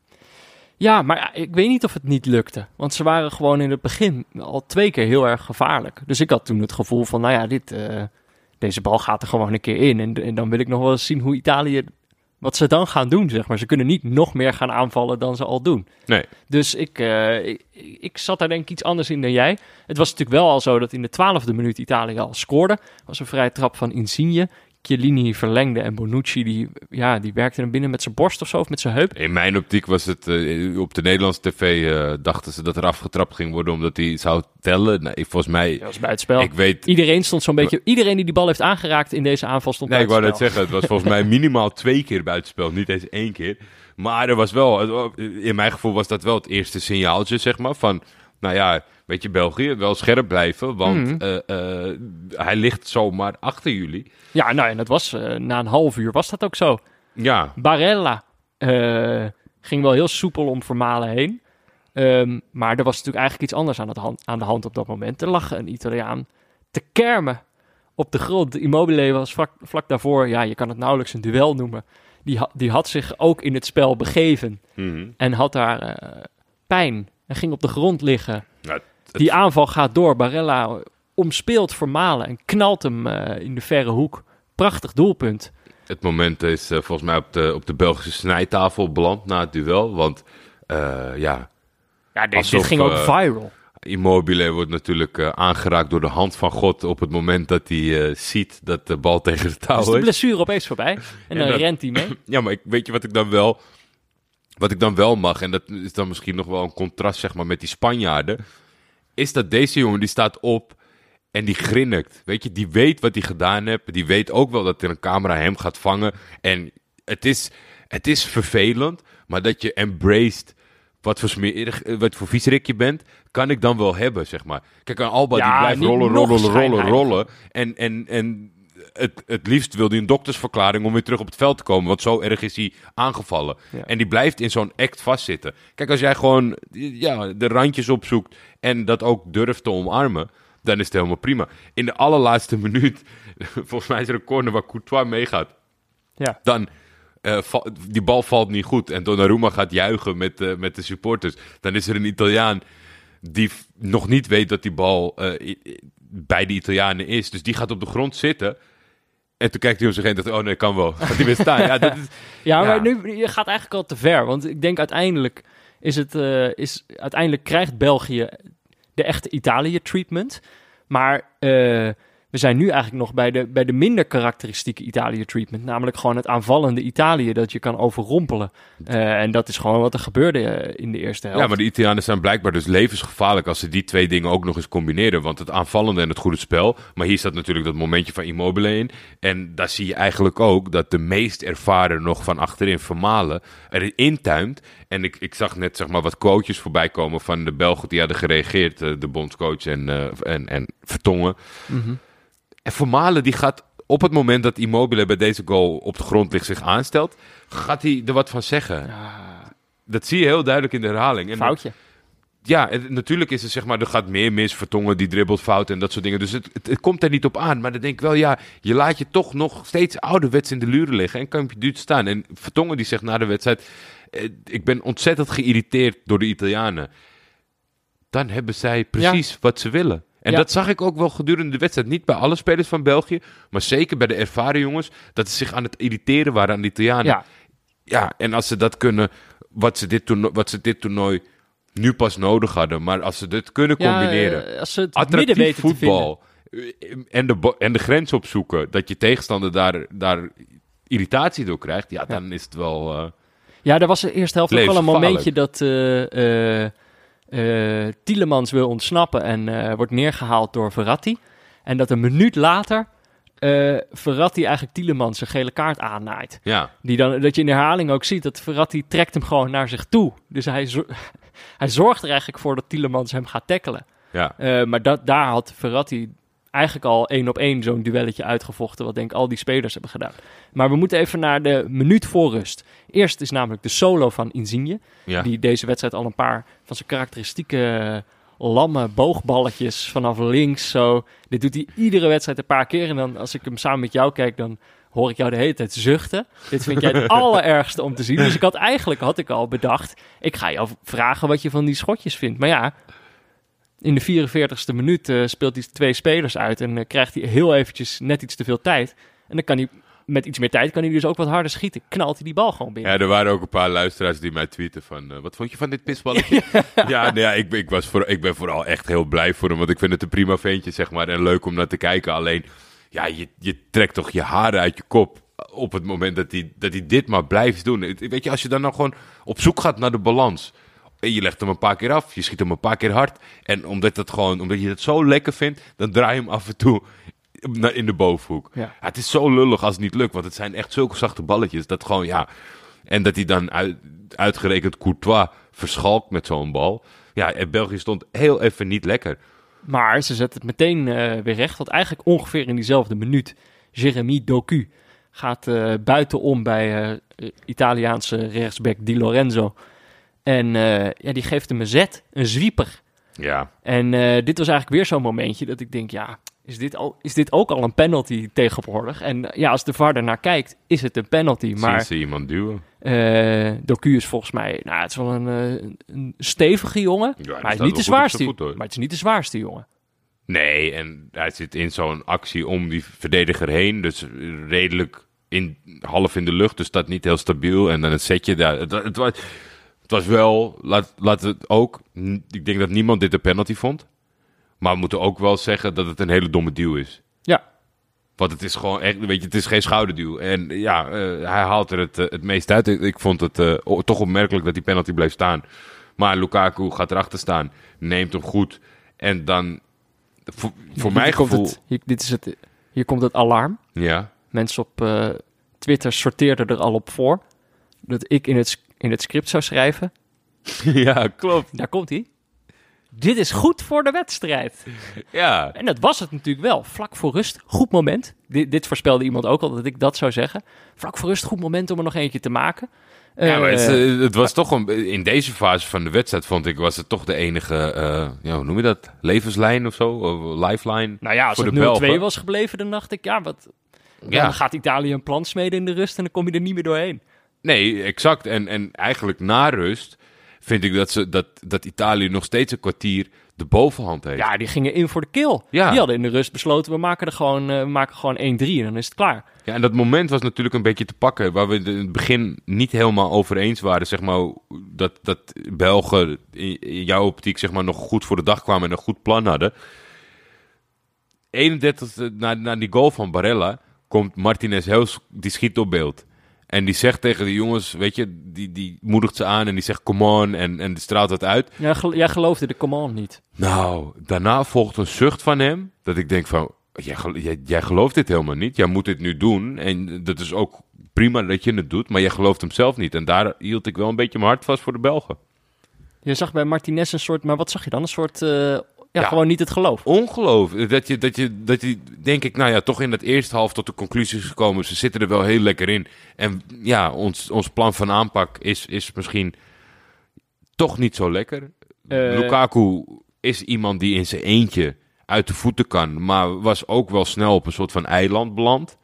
Ja, maar ja, ik weet niet of het niet lukte. Want ze waren gewoon in het begin al twee keer heel erg gevaarlijk. Dus ik had toen het gevoel van, nou ja, dit, eh, deze bal gaat er gewoon een keer in. En, en dan wil ik nog wel eens zien hoe Italië, wat ze dan gaan doen, zeg maar. Ze kunnen niet nog meer gaan aanvallen dan ze al doen. Nee. Dus ik, eh, ik, ik zat daar denk ik iets anders in dan jij. Het was natuurlijk wel al zo dat in de twaalfde minuut Italië al scoorde. Was een vrije trap van Insigne. Chiellini verlengde en Bonucci die, ja, die werkte hem binnen met zijn borst of zo, of met zijn heup. In mijn optiek was het, eh, op de Nederlandse tv eh, dachten ze dat er afgetrapt ging worden omdat hij zou tellen. Nee, volgens mij, Dat was buitenspel. ik weet... Iedereen stond zo'n beetje... Iedereen die die bal heeft aangeraakt in deze aanval stond Nee, ik wou net buitenspel. zeggen, het was volgens mij minimaal twee keer buitenspel, niet eens één keer. Maar er was wel, in mijn gevoel was dat wel het eerste signaaltje, zeg maar, van, nou ja, weet je, België, wel scherp blijven, want Mhm. eh, eh, hij ligt zomaar achter jullie. Ja, nou en dat was... eh, na een half uur was dat ook zo. Ja, Barella eh, ging wel heel soepel om Vermalen heen. Ehm, maar er was natuurlijk eigenlijk iets anders aan, het hand, aan de hand op dat moment. Er lag een Italiaan te kermen op de grond. Immobile was vlak, vlak daarvoor... Ja, je kan het nauwelijks een duel noemen. Die, ha- die had zich ook in het spel begeven. mhm. En had daar eh, pijn. En ging op de grond liggen. Nou, het- Die aanval gaat door. Barella omspeelt Vermalen en knalt hem eh, in de verre hoek. Prachtig doelpunt. het moment is eh, volgens mij op de, op de Belgische snijtafel beland na het duel, want eh, ja, Ja, dit, Alsof, dit ging ook eh, viral. Immobile wordt natuurlijk eh, aangeraakt door de hand van God op het moment dat hij eh, ziet dat de bal tegen de touw Dus is. de blessure opeens voorbij. En dan dat- rent hij mee. Ja, maar ik, weet je wat ik dan wel... Wat ik dan wel mag, en dat is dan misschien nog wel een contrast, zeg maar, met die Spanjaarden, is dat deze jongen, die staat op en die grinnikt. Weet je, die weet wat hij gedaan heeft. Die weet ook wel dat er een camera hem gaat vangen. En het is, het is vervelend, maar dat je embraced wat voor, smerig, wat voor viezerik je bent, kan ik dan wel hebben, zeg maar. Kijk, aan Alba, Ja, die blijft niet rollen, nog rollen, rollen, schijnheilig. rollen. En, en, en het, het liefst wil hij een doktersverklaring om weer terug op het veld te komen. Want zo erg is hij aangevallen. Ja. En die blijft in zo'n act vastzitten. Kijk, als jij gewoon ja, de randjes opzoekt en dat ook durft te omarmen, dan is het helemaal prima. In de allerlaatste minuut, volgens mij is er een corner waar Courtois meegaat. Ja. Dan, uh, val, die bal valt niet goed en Donnarumma gaat juichen met, uh, met de supporters. Dan is er een Italiaan die f- nog niet weet dat die bal uh, i- i- bij de Italianen is. Dus die gaat op de grond zitten. En toen kijkt hij om zich heen en dacht, oh nee, kan wel. Gaat hij weer staan. Ja, dat is, Ja, ja. maar nu je gaat eigenlijk al te ver. Want ik denk uiteindelijk is het, uh, is, uiteindelijk krijgt België de echte Italië-treatment. Maar uh, we zijn nu eigenlijk nog bij de, bij de minder karakteristieke Italië-treatment. Namelijk gewoon het aanvallende Italië dat je kan overrompelen. Uh, en dat is gewoon wat er gebeurde uh, in de eerste helft. ja, maar de Italianen zijn blijkbaar dus levensgevaarlijk als ze die twee dingen ook nog eens combineren. Want het aanvallende en het goede spel. Maar hier staat natuurlijk dat momentje van Immobile in. En daar zie je eigenlijk ook dat de meest ervaren nog van achterin Vermalen erin tuimt. En ik, ik zag net zeg maar wat quotejes voorbij komen van de Belgen die hadden gereageerd. Uh, de bondscoach en, uh, en, en Vertongen. Mm-hmm. En Vermalen die gaat op het moment dat Immobile bij deze goal op de grond ligt zich aanstelt, gaat hij er wat van zeggen. Ja, Dat zie je heel duidelijk in de herhaling. En foutje. ja, en natuurlijk is het zeg maar, er gaat meer mis, Vertongen die dribbelt fout en dat soort dingen. Dus het, het, het komt er niet op aan. Maar dan denk ik wel, ja, je laat je toch nog steeds ouderwets in de luren liggen en kan je op je duurt staan. En Vertongen die zegt na de wedstrijd, eh, ik ben ontzettend geïrriteerd door de Italianen. Dan hebben zij precies ja. wat ze willen. En ja. dat zag ik ook wel gedurende de wedstrijd. Niet bij alle spelers van België, maar zeker bij de ervaren jongens, dat ze zich aan het irriteren waren aan de Italianen. Ja. Ja, en als ze dat kunnen, wat ze dit toernooi, wat ze dit toernooi nu pas nodig hadden, maar als ze dit kunnen ja, combineren, als ze het attractief midden weten voetbal te vinden. en de, bo- en de grens opzoeken, dat je tegenstander daar, daar irritatie door krijgt, ja, dan ja. is het wel... Uh, ja, er was de eerste helft ook wel een momentje dat uh, uh, uh, Tielemans wil ontsnappen en uh, wordt neergehaald door Verratti. En dat een minuut later uh, Verratti eigenlijk Tielemans een gele kaart aannaait. Ja. Die dan, dat je in de herhaling ook ziet dat Verratti trekt hem gewoon naar zich toe. Dus hij, zo- hij zorgt er eigenlijk voor dat Tielemans hem gaat tackelen. Ja. Uh, maar dat, daar had Verratti eigenlijk al één op één zo'n duelletje uitgevochten, wat denk ik al die spelers hebben gedaan. Maar we moeten even naar de minuut voor rust. Eerst is namelijk de solo van Insigne, Ja. die deze wedstrijd al een paar van zijn karakteristieke lamme boogballetjes vanaf links zo. Dit doet hij iedere wedstrijd een paar keer. En dan als ik hem samen met jou kijk, dan hoor ik jou de hele tijd zuchten. Dit vind jij het allerergste om te zien. Dus ik had eigenlijk had ik al bedacht, ik ga jou vragen wat je van die schotjes vindt. Maar ja, in de vierenveertigste minuut uh, speelt hij twee spelers uit en uh, krijgt hij heel eventjes net iets te veel tijd. En dan kan hij met iets meer tijd kan hij dus ook wat harder schieten. Knalt hij die bal gewoon binnen. Ja, er waren ook een paar luisteraars die mij tweeten van, uh, wat vond je van dit pisballetje? ja, ja, nee, ja ik, ik, was voor, ik ben vooral echt heel blij voor hem, want ik vind het een prima ventje, zeg maar, en leuk om naar te kijken. Alleen, ja, je, je trekt toch je haren uit je kop op het moment dat hij, dat hij dit maar blijft doen. Weet je, als je dan nou gewoon op zoek gaat naar de balans, en je legt hem een paar keer af, je schiet hem een paar keer hard, en omdat, dat gewoon, omdat je het zo lekker vindt, dan draai je hem af en toe in de bovenhoek. Ja. Ja, het is zo lullig als het niet lukt, want het zijn echt zulke zachte balletjes, dat gewoon, ja, en dat hij dan uit, uitgerekend Courtois verschalkt met zo'n bal. Ja, en België stond heel even niet lekker. Maar ze zetten het meteen uh, weer recht, want eigenlijk ongeveer in diezelfde minuut, Jérémy Doku gaat uh, buitenom bij uh, Italiaanse rechtsback Di Lorenzo. En uh, ja, die geeft hem een zet, een zwieper. Ja. En uh, dit was eigenlijk weer zo'n momentje dat ik denk, ja, is dit, al, is dit ook al een penalty tegenwoordig? En uh, ja, als de V A R ernaar kijkt, is het een penalty. Maar zien ze iemand duwen? Uh, Doku is volgens mij, nou, het is wel een, uh, een stevige jongen, ja, maar, hij is niet de zwaarste, voet, maar het is niet de zwaarste jongen. Nee, en hij zit in zo'n actie om die verdediger heen, dus redelijk in, half in de lucht, dus dat niet heel stabiel. En dan het setje daar, het, het, was, het was wel, laat, laat het ook, ik denk dat niemand dit een penalty vond, maar we moeten ook wel zeggen dat het een hele domme duw is. Ja. Want het is gewoon echt, weet je, het is geen schouderduw. En ja, uh, hij haalt er het, uh, het meest uit. Ik, ik vond het uh, toch opmerkelijk dat die penalty bleef staan. Maar Lukaku gaat erachter staan, neemt hem goed. En dan, voor, voor hier, mijn hier gevoel... Komt het, hier, dit is het, hier komt het alarm. Ja. Mensen op uh, Twitter sorteerden er al op voor. Dat ik in het, in het script zou schrijven. Ja, klopt. Daar komt hij. dit is goed voor de wedstrijd. Ja. En dat was het natuurlijk wel. Vlak voor rust, goed moment. Dit, dit voorspelde iemand ook al, dat ik dat zou zeggen. Vlak voor rust, goed moment om er nog eentje te maken. Ja, maar het, Uh, het was toch een, in deze fase van de wedstrijd, vond ik, was het toch de enige, uh, ja, hoe noem je dat? Levenslijn of zo? Of lifeline? nou ja, als voor het de nul twee Belgen. was gebleven, dan dacht ik, ja, wat... Dan Ja. gaat Italië een plan smeden in de rust en dan kom je er niet meer doorheen. Nee, exact. En, en eigenlijk na rust vind ik dat, ze, dat, dat Italië nog steeds een kwartier de bovenhand heeft. Ja, die gingen in voor de kill. Ja. Die hadden in de rust besloten, we maken er gewoon, uh, we maken gewoon één drie en dan is het klaar. Ja, en dat moment was natuurlijk een beetje te pakken, waar we het in het begin niet helemaal over eens waren, zeg maar, dat, dat Belgen in, in jouw optiek, zeg maar, nog goed voor de dag kwamen en een goed plan hadden. eenendertigste na, na die goal van Barella komt Martinez heel, die schiet op beeld. En die zegt tegen de jongens, weet je, die, die moedigt ze aan en die zegt come on en, en die straalt dat uit. Ja, gel- jij geloofde de command niet. Nou, daarna volgt een zucht van hem, dat ik denk van, jij, gel- jij, jij gelooft dit helemaal niet. Jij moet dit nu doen en dat is ook prima dat je het doet, maar jij gelooft hem zelf niet. En daar hield ik wel een beetje mijn hart vast voor de Belgen. Je zag bij Martinez een soort, maar wat zag je dan? Een soort, uh, ja, Ja. gewoon niet het geloof. Ongelooflijk. Dat je, dat, je, dat je, denk ik, nou ja, toch in het eerste half tot de conclusie is gekomen. Ze zitten er wel heel lekker in. En ja, ons, ons plan van aanpak is, is misschien toch niet zo lekker. Uh, Lukaku is iemand die in zijn eentje uit de voeten kan, maar was ook wel snel op een soort van eiland beland.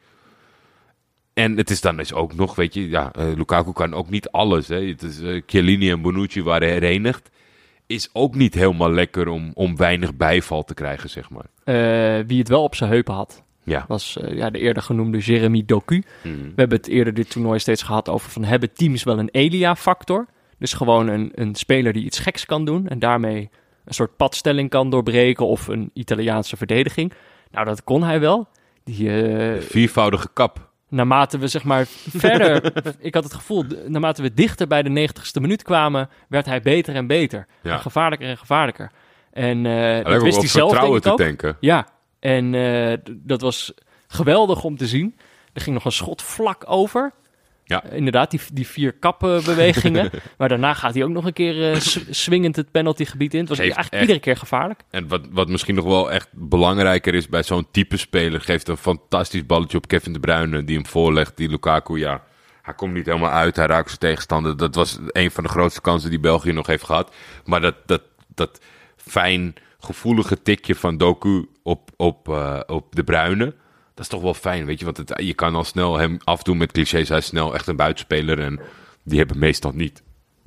En het is dan dus ook nog, weet je, ja, uh, Lukaku kan ook niet alles. Hè. Het is, uh, Chiellini en Bonucci waren herenigd. Is ook niet helemaal lekker om, om weinig bijval te krijgen, zeg maar. Uh, wie het wel op zijn heupen had, Ja. was uh, ja, de eerder genoemde Jeremy Doku. Mm. We hebben het eerder dit toernooi steeds gehad over van hebben teams wel een Elia-factor. Dus gewoon een, een speler die iets geks kan doen en daarmee een soort padstelling kan doorbreken of een Italiaanse verdediging. Nou, dat kon hij wel. Die, uh, Viervoudige kap. Naarmate we zeg maar verder, ik had het gevoel, naarmate we dichter bij de negentigste minuut kwamen, werd hij beter en beter. Ja. En gevaarlijker en gevaarlijker. En uh, Hij dat wist hij zelf, denk ik te ook. denken. Ja, en uh, d- dat was geweldig om te zien. Er ging nog een schot vlak over. Ja. Uh, inderdaad, die, die vier kappenbewegingen. Maar daarna gaat hij ook nog een keer uh, s- swingend het penaltygebied in. Het was Geeft eigenlijk echt- iedere keer gevaarlijk. En wat, wat misschien nog wel echt belangrijker is bij zo'n type speler, geeft een fantastisch balletje op Kevin De Bruyne, die hem voorlegt. Die Lukaku, ja, hij komt niet helemaal uit, hij raakt zijn tegenstander. Dat was een van de grootste kansen die België nog heeft gehad. Maar dat, dat, dat fijn, gevoelige tikje van Doku op, op, uh, op De Bruyne, dat is toch wel fijn, weet je. Want het, je kan al snel hem afdoen met clichés. Hij is snel echt een buitenspeler en die hebben meestal niet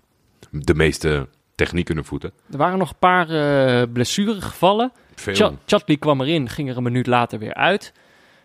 de meeste techniek in de voeten. Er waren nog een paar uh, blessuregevallen. Veel. Ch- Chatli kwam erin, ging er een minuut later weer uit.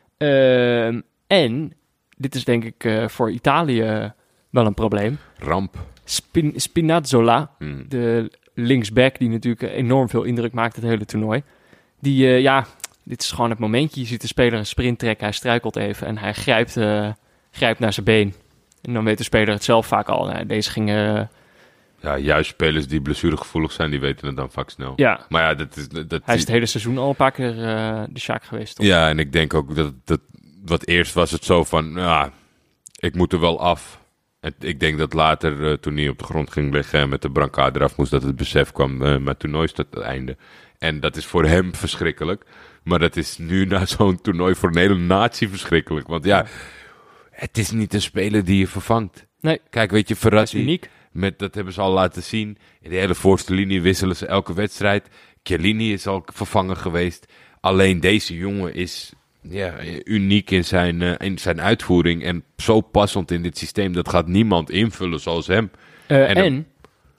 Uh, en, dit is denk ik uh, voor Italië wel een probleem. Ramp. Spin- Spinazzola, Hmm. de linksback die natuurlijk enorm veel indruk maakt het hele toernooi. Die, uh, ja, dit is gewoon het momentje. Je ziet de speler een sprint trekken, hij struikelt even en hij grijpt, uh, grijpt naar zijn been. En dan weet de speler het zelf vaak al. Nou, deze ging... Uh, Ja, juist spelers die blessuregevoelig zijn, die weten het dan vaak snel. ja, Maar ja, dat is... Dat, hij is het hele seizoen al een paar keer uh, de Sjaak geweest. Toch? Ja, en ik denk ook dat, dat... Wat eerst was het zo van... Ja, ik moet er wel af. En ik denk dat later, uh, toen hij op de grond ging liggen en met de brancard eraf moest, dat het besef kwam. Uh, maar toernooi is het einde. En dat is voor hem verschrikkelijk. Maar dat is nu na zo'n toernooi voor een hele natie verschrikkelijk. Want ja, het is niet een speler die je vervangt. Nee, Kijk, weet je, dat is Verratti... uniek. Met, dat hebben ze al laten zien. In de hele voorste linie wisselen ze elke wedstrijd. Chiellini is al vervangen geweest. Alleen deze jongen is ja, uniek in zijn, uh, in zijn uitvoering. En zo passend in dit systeem. Dat gaat niemand invullen zoals hem. Uh, En en dan-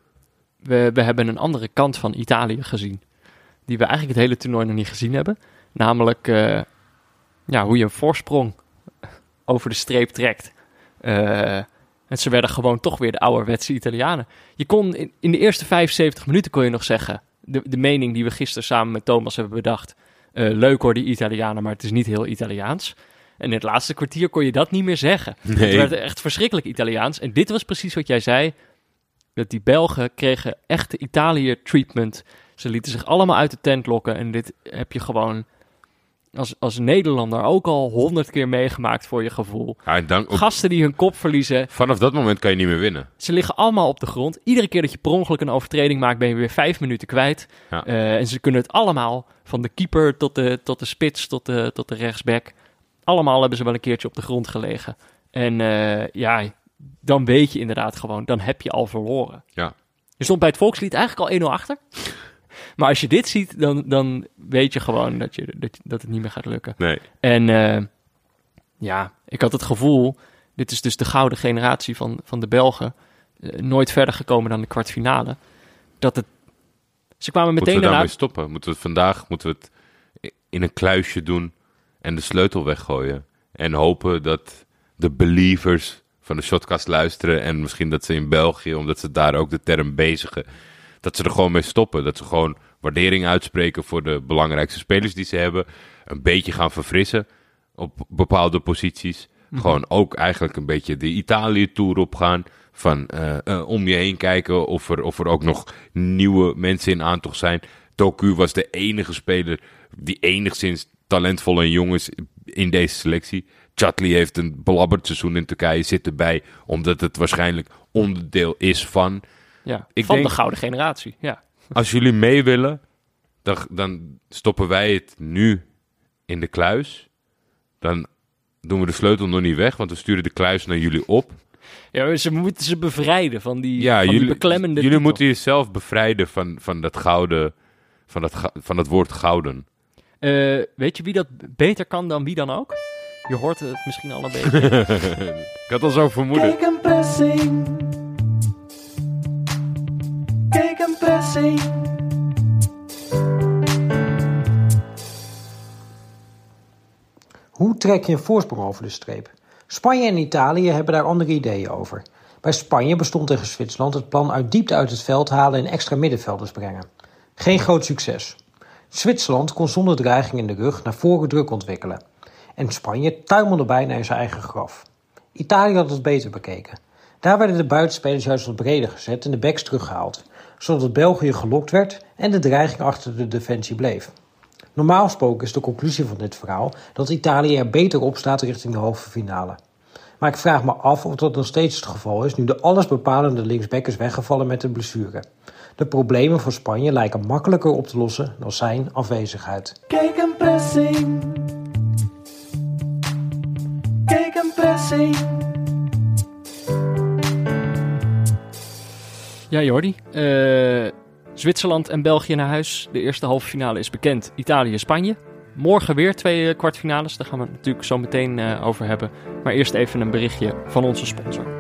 we, we hebben een andere kant van Italië gezien. Die we eigenlijk het hele toernooi nog niet gezien hebben. Namelijk uh, ja, hoe je een voorsprong over de streep trekt. Uh, en ze werden gewoon toch weer de ouderwetse Italianen. Je kon in, in de eerste vijfenzeventig minuten kon je nog zeggen... De, de mening die we gisteren samen met Thomas hebben bedacht... Uh, leuk hoor, die Italianen, maar het is niet heel Italiaans. En in het laatste kwartier kon je dat niet meer zeggen. Nee. Het werd echt verschrikkelijk Italiaans. En dit was precies wat jij zei. Dat die Belgen kregen echte Italië-treatment. Ze lieten zich allemaal uit de tent lokken. En dit heb je gewoon als, als Nederlander ook al honderd keer meegemaakt voor je gevoel. Ja, en dan op, Gasten die hun kop verliezen. vanaf dat moment kan je niet meer winnen. Ze liggen allemaal op de grond. Iedere keer dat je per ongeluk een overtreding maakt, ben je weer vijf minuten kwijt. Ja. Uh, en ze kunnen het allemaal, van de keeper tot de, tot de spits, tot de, tot de rechtsback. Allemaal hebben ze wel een keertje op de grond gelegen. En uh, ja, dan weet je inderdaad gewoon, dan heb je al verloren. Ja. Je stond bij het volkslied eigenlijk al één nul achter. Maar als je dit ziet, dan, dan weet je gewoon dat, je, dat, dat het niet meer gaat lukken. Nee. En uh, ja, ik had het gevoel, dit is dus de gouden generatie van, van de Belgen, uh, nooit verder gekomen dan de kwartfinale. Dat het, ze kwamen meteen Moeten we daarna... daarmee stoppen? Moeten we het vandaag moeten we het in een kluisje doen en de sleutel weggooien? En hopen dat de believers van de Shotcast luisteren en misschien dat ze in België, omdat ze daar ook de term bezigen, dat ze er gewoon mee stoppen. Dat ze gewoon waardering uitspreken voor de belangrijkste spelers die ze hebben. Een beetje gaan verfrissen op bepaalde posities. Mm-hmm. Gewoon ook eigenlijk een beetje de Italië-tour opgaan. Van uh, uh, om je heen kijken of er, of er ook nog nieuwe mensen in aantocht zijn. Doku was de enige speler die enigszins talentvol en jong is in deze selectie. Chatli heeft een belabberd seizoen in Turkije, zit erbij, omdat het waarschijnlijk onderdeel is van... Ja, ik van denk, de gouden generatie, ja. Als jullie mee willen, dan, dan stoppen wij het nu in de kluis. Dan doen we de sleutel nog niet weg, want we sturen de kluis naar jullie op. Ja, ze moeten ze bevrijden van die, ja, van jullie, die beklemmende Jullie titel. moeten jezelf bevrijden van, van dat gouden, van dat, van dat woord gouden. Uh, weet je wie dat beter kan dan wie dan ook? Je hoort het misschien al een beetje. Ik had al zo vermoeden. Kijk een pressing. Kijk een pressing. Hoe trek je een voorsprong over de streep? Spanje en Italië hebben daar andere ideeën over. Bij Spanje bestond tegen Zwitserland het plan uit diepte uit het veld halen en extra middenvelders brengen. Geen groot succes. Zwitserland kon zonder dreiging in de rug naar voren druk ontwikkelen. En Spanje tuimelde bijna in zijn eigen graf. Italië had het beter bekeken. Daar werden de buitenspelers juist wat breder gezet en de backs teruggehaald, zodat België gelokt werd en de dreiging achter de defensie bleef. Normaal gesproken is de conclusie van dit verhaal dat Italië er beter op staat richting de halve finale. Maar ik vraag me af of dat nog steeds het geval is nu de allesbepalende linksback is weggevallen met een blessure. De problemen voor Spanje lijken makkelijker op te lossen dan zijn afwezigheid. Kijk een pressing. Kijk een pressing. Ja, Jordi. Uh, Zwitserland en België naar huis. De eerste halve finale is bekend. Italië-Spanje. Morgen weer twee uh, kwartfinales. Daar gaan we het natuurlijk zo meteen uh, over hebben. Maar eerst even een berichtje van onze sponsor.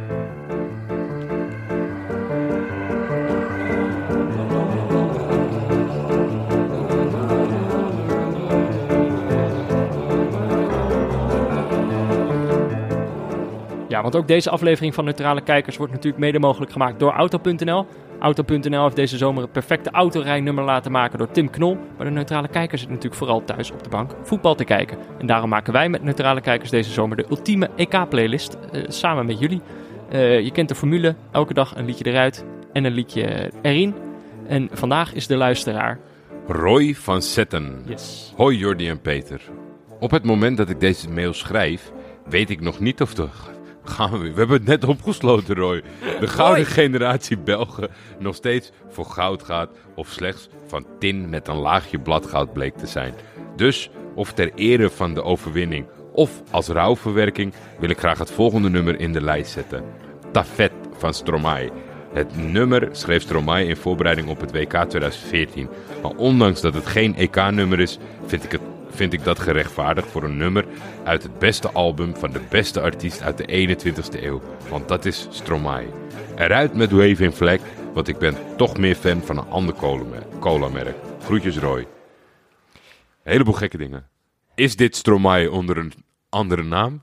Ja, want ook deze aflevering van Neutrale Kijkers wordt natuurlijk mede mogelijk gemaakt door Auto punt n l. Auto punt n l heeft deze zomer het perfecte autorijnummer laten maken door Tim Knol. Maar de Neutrale Kijker zit natuurlijk vooral thuis op de bank voetbal te kijken. En daarom maken wij met Neutrale Kijkers deze zomer de ultieme E K-playlist. Uh, samen met jullie. Uh, je kent de formule. Elke dag een liedje eruit en een liedje erin. En vandaag is de luisteraar... Roy van Zetten. Yes. Hoi Jordi en Peter. Op het moment dat ik deze mail schrijf, weet ik nog niet of de... Gaan we, we hebben het net opgesloten, Roy. De gouden Hoi. generatie Belgen nog steeds voor goud gaat of slechts van tin met een laagje bladgoud bleek te zijn. Dus, of ter ere van de overwinning of als rouwverwerking, wil ik graag het volgende nummer in de lijst zetten. Tafet van Stromae. Het nummer schreef Stromae in voorbereiding op het W K twintig veertien. Maar ondanks dat het geen E K-nummer is, vind ik het vind ik dat gerechtvaardigd voor een nummer uit het beste album van de beste artiest uit de eenentwintigste eeuw. Want dat is Stromae. Eruit met Wave in Flag, want ik ben toch meer fan van een ander cola-merk. Groetjes Roy. Een heleboel gekke dingen. Is dit Stromae onder een andere naam?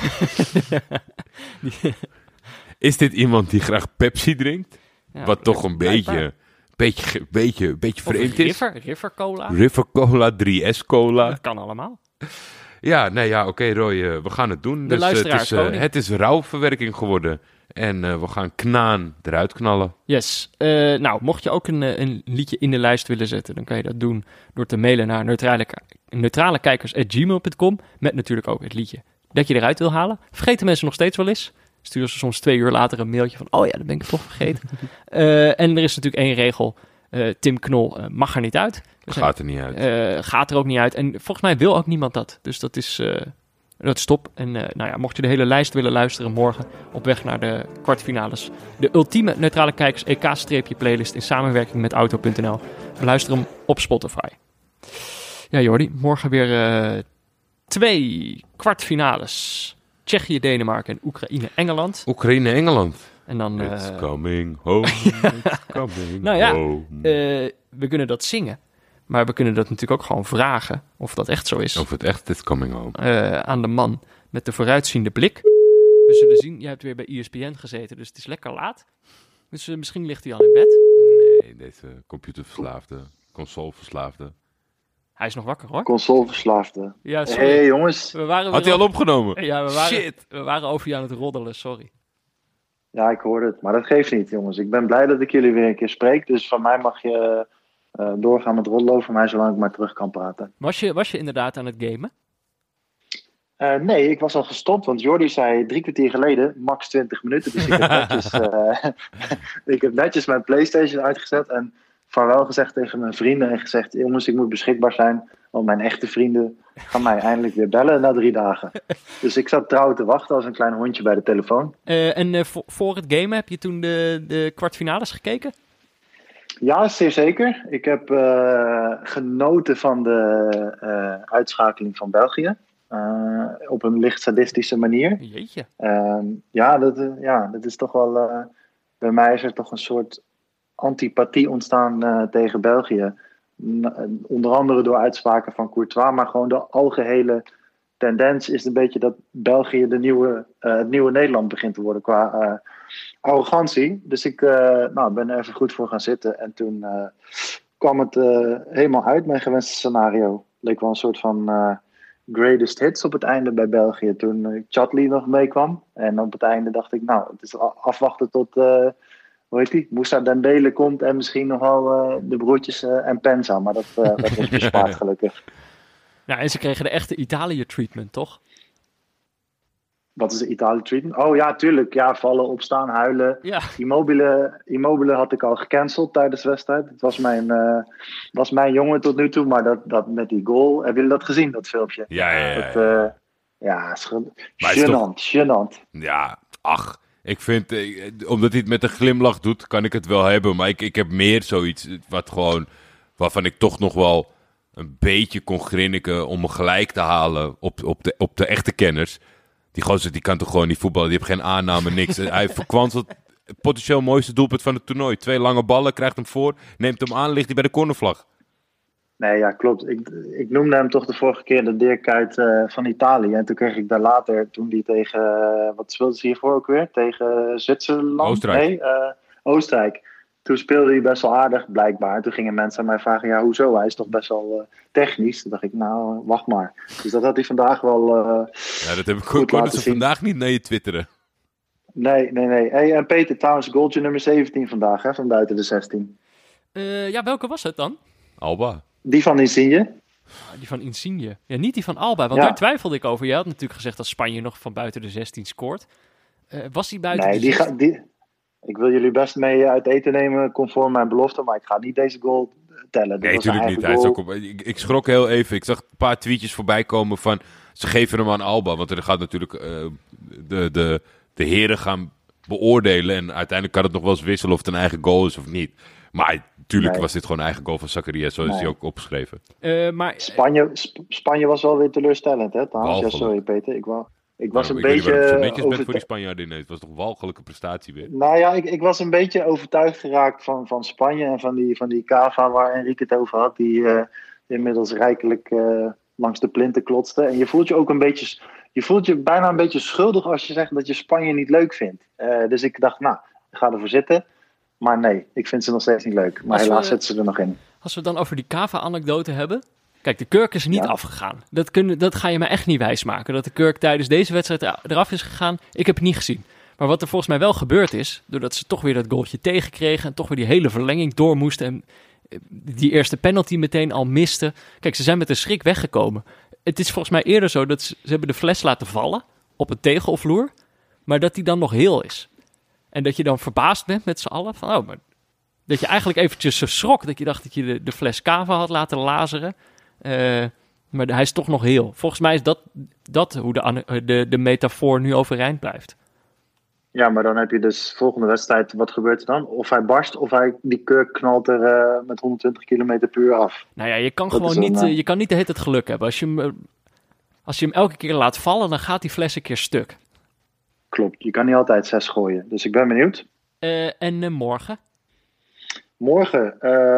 Is dit iemand die graag Pepsi drinkt? Ja, wat toch een beetje... Beetje, beetje, beetje vreemd is. River, River Cola. River Cola, drie S Cola. Dat kan allemaal. Ja, nee, ja, oké okay, Roy, uh, we gaan het doen. De dus, uh, het, is, uh, het is rouwverwerking geworden. En uh, we gaan knaan eruit knallen. Yes. Uh, nou, mocht je ook een, een liedje in de lijst willen zetten, dan kan je dat doen door te mailen naar neutrale neutralekijkers at gmail punt com. Met natuurlijk ook het liedje dat je eruit wil halen. Vergeten mensen nog steeds wel eens. Sturen ze soms twee uur later een mailtje van... oh ja, dat ben ik toch vergeten. uh, en er is natuurlijk één regel. Uh, Tim Knol uh, mag er niet uit. Dus gaat er niet uit. Uh, gaat er ook niet uit. En volgens mij wil ook niemand dat. Dus dat is... Uh, Dat is top. En uh, nou ja, mocht je de hele lijst willen luisteren morgen op weg naar de kwartfinales. De ultieme neutrale kijkers E K-playlist in samenwerking met auto punt n l. Beluister hem op Spotify. Ja Jordi, morgen weer uh, twee kwartfinales. Tsjechië, Denemarken en Oekraïne-Engeland. Oekraïne-Engeland. En dan... Uh, It's coming home, it's coming nou ja, home. Uh, we kunnen dat zingen. Maar we kunnen dat natuurlijk ook gewoon vragen of dat echt zo is. Of het echt is coming home. Uh, aan de man met de vooruitziende blik. We zullen zien, jij hebt weer bij E S P N gezeten, dus het is lekker laat. Dus uh, misschien ligt hij al in bed. Nee, deze computerverslaafde, consoleverslaafde. Hij is nog wakker hoor. Consoleverslaafde. Ja, sorry. Hey jongens. We waren Had hij al opgenomen? Ja, we waren, Shit. We waren over je aan het roddelen, sorry. Ja, ik hoorde het. Maar dat geeft niet jongens. Ik ben blij dat ik jullie weer een keer spreek. Dus van mij mag je... Uh, doorgaan met roddelen over mij, zolang ik maar terug kan praten. Was je, was je inderdaad aan het gamen? Uh, nee, ik was al gestopt, want Jordi zei drie kwartier geleden, max twintig minuten. Dus ik heb netjes, uh, ik heb netjes mijn PlayStation uitgezet en vaarwel gezegd tegen mijn vrienden en gezegd, jongens, ik moet beschikbaar zijn, want mijn echte vrienden gaan mij eindelijk weer bellen na drie dagen. Dus ik zat trouw te wachten als een klein hondje bij de telefoon. Uh, en uh, voor, voor het gamen heb je toen de, de kwartfinales gekeken? Ja, zeer zeker. Ik heb uh, genoten van de uh, uitschakeling van België. Uh, op een licht sadistische manier. Jeetje. Uh, ja, dat, uh, ja, dat is toch wel... Uh, bij mij is er toch een soort antipathie ontstaan uh, tegen België. N- onder andere door uitspraken van Courtois. Maar gewoon de algehele tendens is een beetje dat België de nieuwe, uh, het nieuwe Nederland begint te worden qua... Uh, arrogantie. Dus ik uh, nou, ben er even goed voor gaan zitten. En toen uh, kwam het uh, helemaal uit, mijn gewenste scenario. Leek wel een soort van uh, greatest hits op het einde bij België. Toen uh, Chatley nog meekwam. En op het einde dacht ik, nou, het is afwachten tot, uh, hoe heet die? Moussa Dembele komt en misschien nogal uh, de broertjes uh, en Penza. Maar dat, uh, dat was bespaard gelukkig. Ja, en ze kregen de echte Italië-treatment, toch? Wat is de Italië treatment? Oh ja, tuurlijk. Ja, vallen, opstaan, huilen. Ja. Immobile, Immobile had ik al gecanceld tijdens de wedstrijd. Het was mijn, uh, was mijn jongen tot nu toe, maar dat, dat met die goal... Hebben jullie dat gezien, dat filmpje? Ja, ja, ja. Dat, uh, ja, Maar gênant, toch... gênant. Ja, ach, ik vind... Eh, omdat hij het met een glimlach doet, kan ik het wel hebben. Maar ik, ik heb meer zoiets wat gewoon... Waarvan ik toch nog wel een beetje kon grinniken om me gelijk te halen op, op, de, op de echte kenners... Die gozer, die kan toch gewoon niet voetballen. Die heeft geen aanname, niks. Hij verkwanselt het potentieel mooiste doelpunt van het toernooi. Twee lange ballen, krijgt hem voor, neemt hem aan, ligt hij bij de cornervlag. Nee, ja, klopt. Ik, ik noemde hem toch de vorige keer de Dirk Kuyt uh, van Italië. En toen kreeg ik daar later, toen die tegen... Uh, wat speelde ze hiervoor ook weer? Tegen Zwitserland? Oostenrijk. Nee, uh, Oostenrijk. Toen speelde hij best wel aardig, blijkbaar. Toen gingen mensen aan mij vragen, ja, hoezo? Hij is toch best wel uh, technisch? Toen dacht ik, nou, wacht maar. Dus dat had hij vandaag wel uh, Ja, dat heb ik goed laten ze vandaag niet naar je twitteren. Nee, nee, nee. Hey, en Peter, trouwens, goaltje nummer zeventien vandaag, hè, van buiten de zestien. Uh, ja, welke was het dan? Alba. Die van Insigne. Ah, die van Insigne. Ja, niet die van Alba, want ja. daar twijfelde ik over. Je had natuurlijk gezegd dat Spanje nog van buiten de zestien scoort. Uh, was die buiten nee, de die zestien? Ga, die, ik wil jullie best mee uit eten nemen, conform mijn belofte, maar ik ga niet deze goal tellen. Dat nee, natuurlijk niet. Hij is ook op, ik, ik schrok heel even. Ik zag een paar tweetjes voorbij komen van... Ze geven hem aan Alba, want er gaat natuurlijk... Uh, de, de, de heren gaan beoordelen en uiteindelijk kan het nog wel eens wisselen of het een eigen goal is of niet. Maar natuurlijk nee. was dit gewoon een eigen goal van Zakaria, zo is nee. hij ook opgeschreven. Uh, maar... Spanje, Sp- Spanje was wel weer teleurstellend, hè? Ja, sorry Peter, ik, wou, ik was nou, een ik beetje... Ik weet niet waarom je zo netjes overtu- bent voor die Spanjaarden ineens. Het was toch een walgelijke prestatie weer. Nou ja, ik, ik was een beetje overtuigd geraakt van, van Spanje en van die, van die Cava waar Enrique het over had, die uh, inmiddels rijkelijk uh, langs de plinten klotste. En je voelt je ook een beetje... Je voelt je bijna een beetje schuldig als je zegt dat je Spanje niet leuk vindt. Uh, dus ik dacht, nou, ik ga ervoor zitten. Maar nee, ik vind ze nog steeds niet leuk. Maar als helaas we, zetten ze er nog in. Als we het dan over die Cava-anekdote hebben. Kijk, de kurk is niet ja. afgegaan. Dat, kun, dat ga je me echt niet wijsmaken. Dat de kurk tijdens deze wedstrijd eraf is gegaan. Ik heb het niet gezien. Maar wat er volgens mij wel gebeurd is, doordat ze toch weer dat goaltje tegenkregen en toch weer die hele verlenging door moesten. En die eerste penalty meteen al miste. Kijk, ze zijn met een schrik weggekomen. Het is volgens mij eerder zo dat ze, ze hebben de fles laten vallen op een tegelvloer, maar dat die dan nog heel is. En dat je dan verbaasd bent met z'n allen van, oh, maar dat je eigenlijk eventjes zo schrok, dat je dacht dat je de, de fles cava had laten lazeren. Uh, maar hij is toch nog heel. Volgens mij is dat, dat hoe de, de, de metafoor nu overeind blijft. Ja, maar dan heb je dus volgende wedstrijd, wat gebeurt er dan? Of hij barst, of hij, die kurk knalt er uh, met honderdtwintig kilometer per uur af. Nou ja, je kan dat gewoon niet, een, uh, je kan niet de hele tijd geluk hebben. Als je, hem, uh, als je hem elke keer laat vallen, dan gaat die fles een keer stuk. Klopt, je kan niet altijd zes gooien. Dus ik ben benieuwd. Uh, en uh, morgen? Morgen,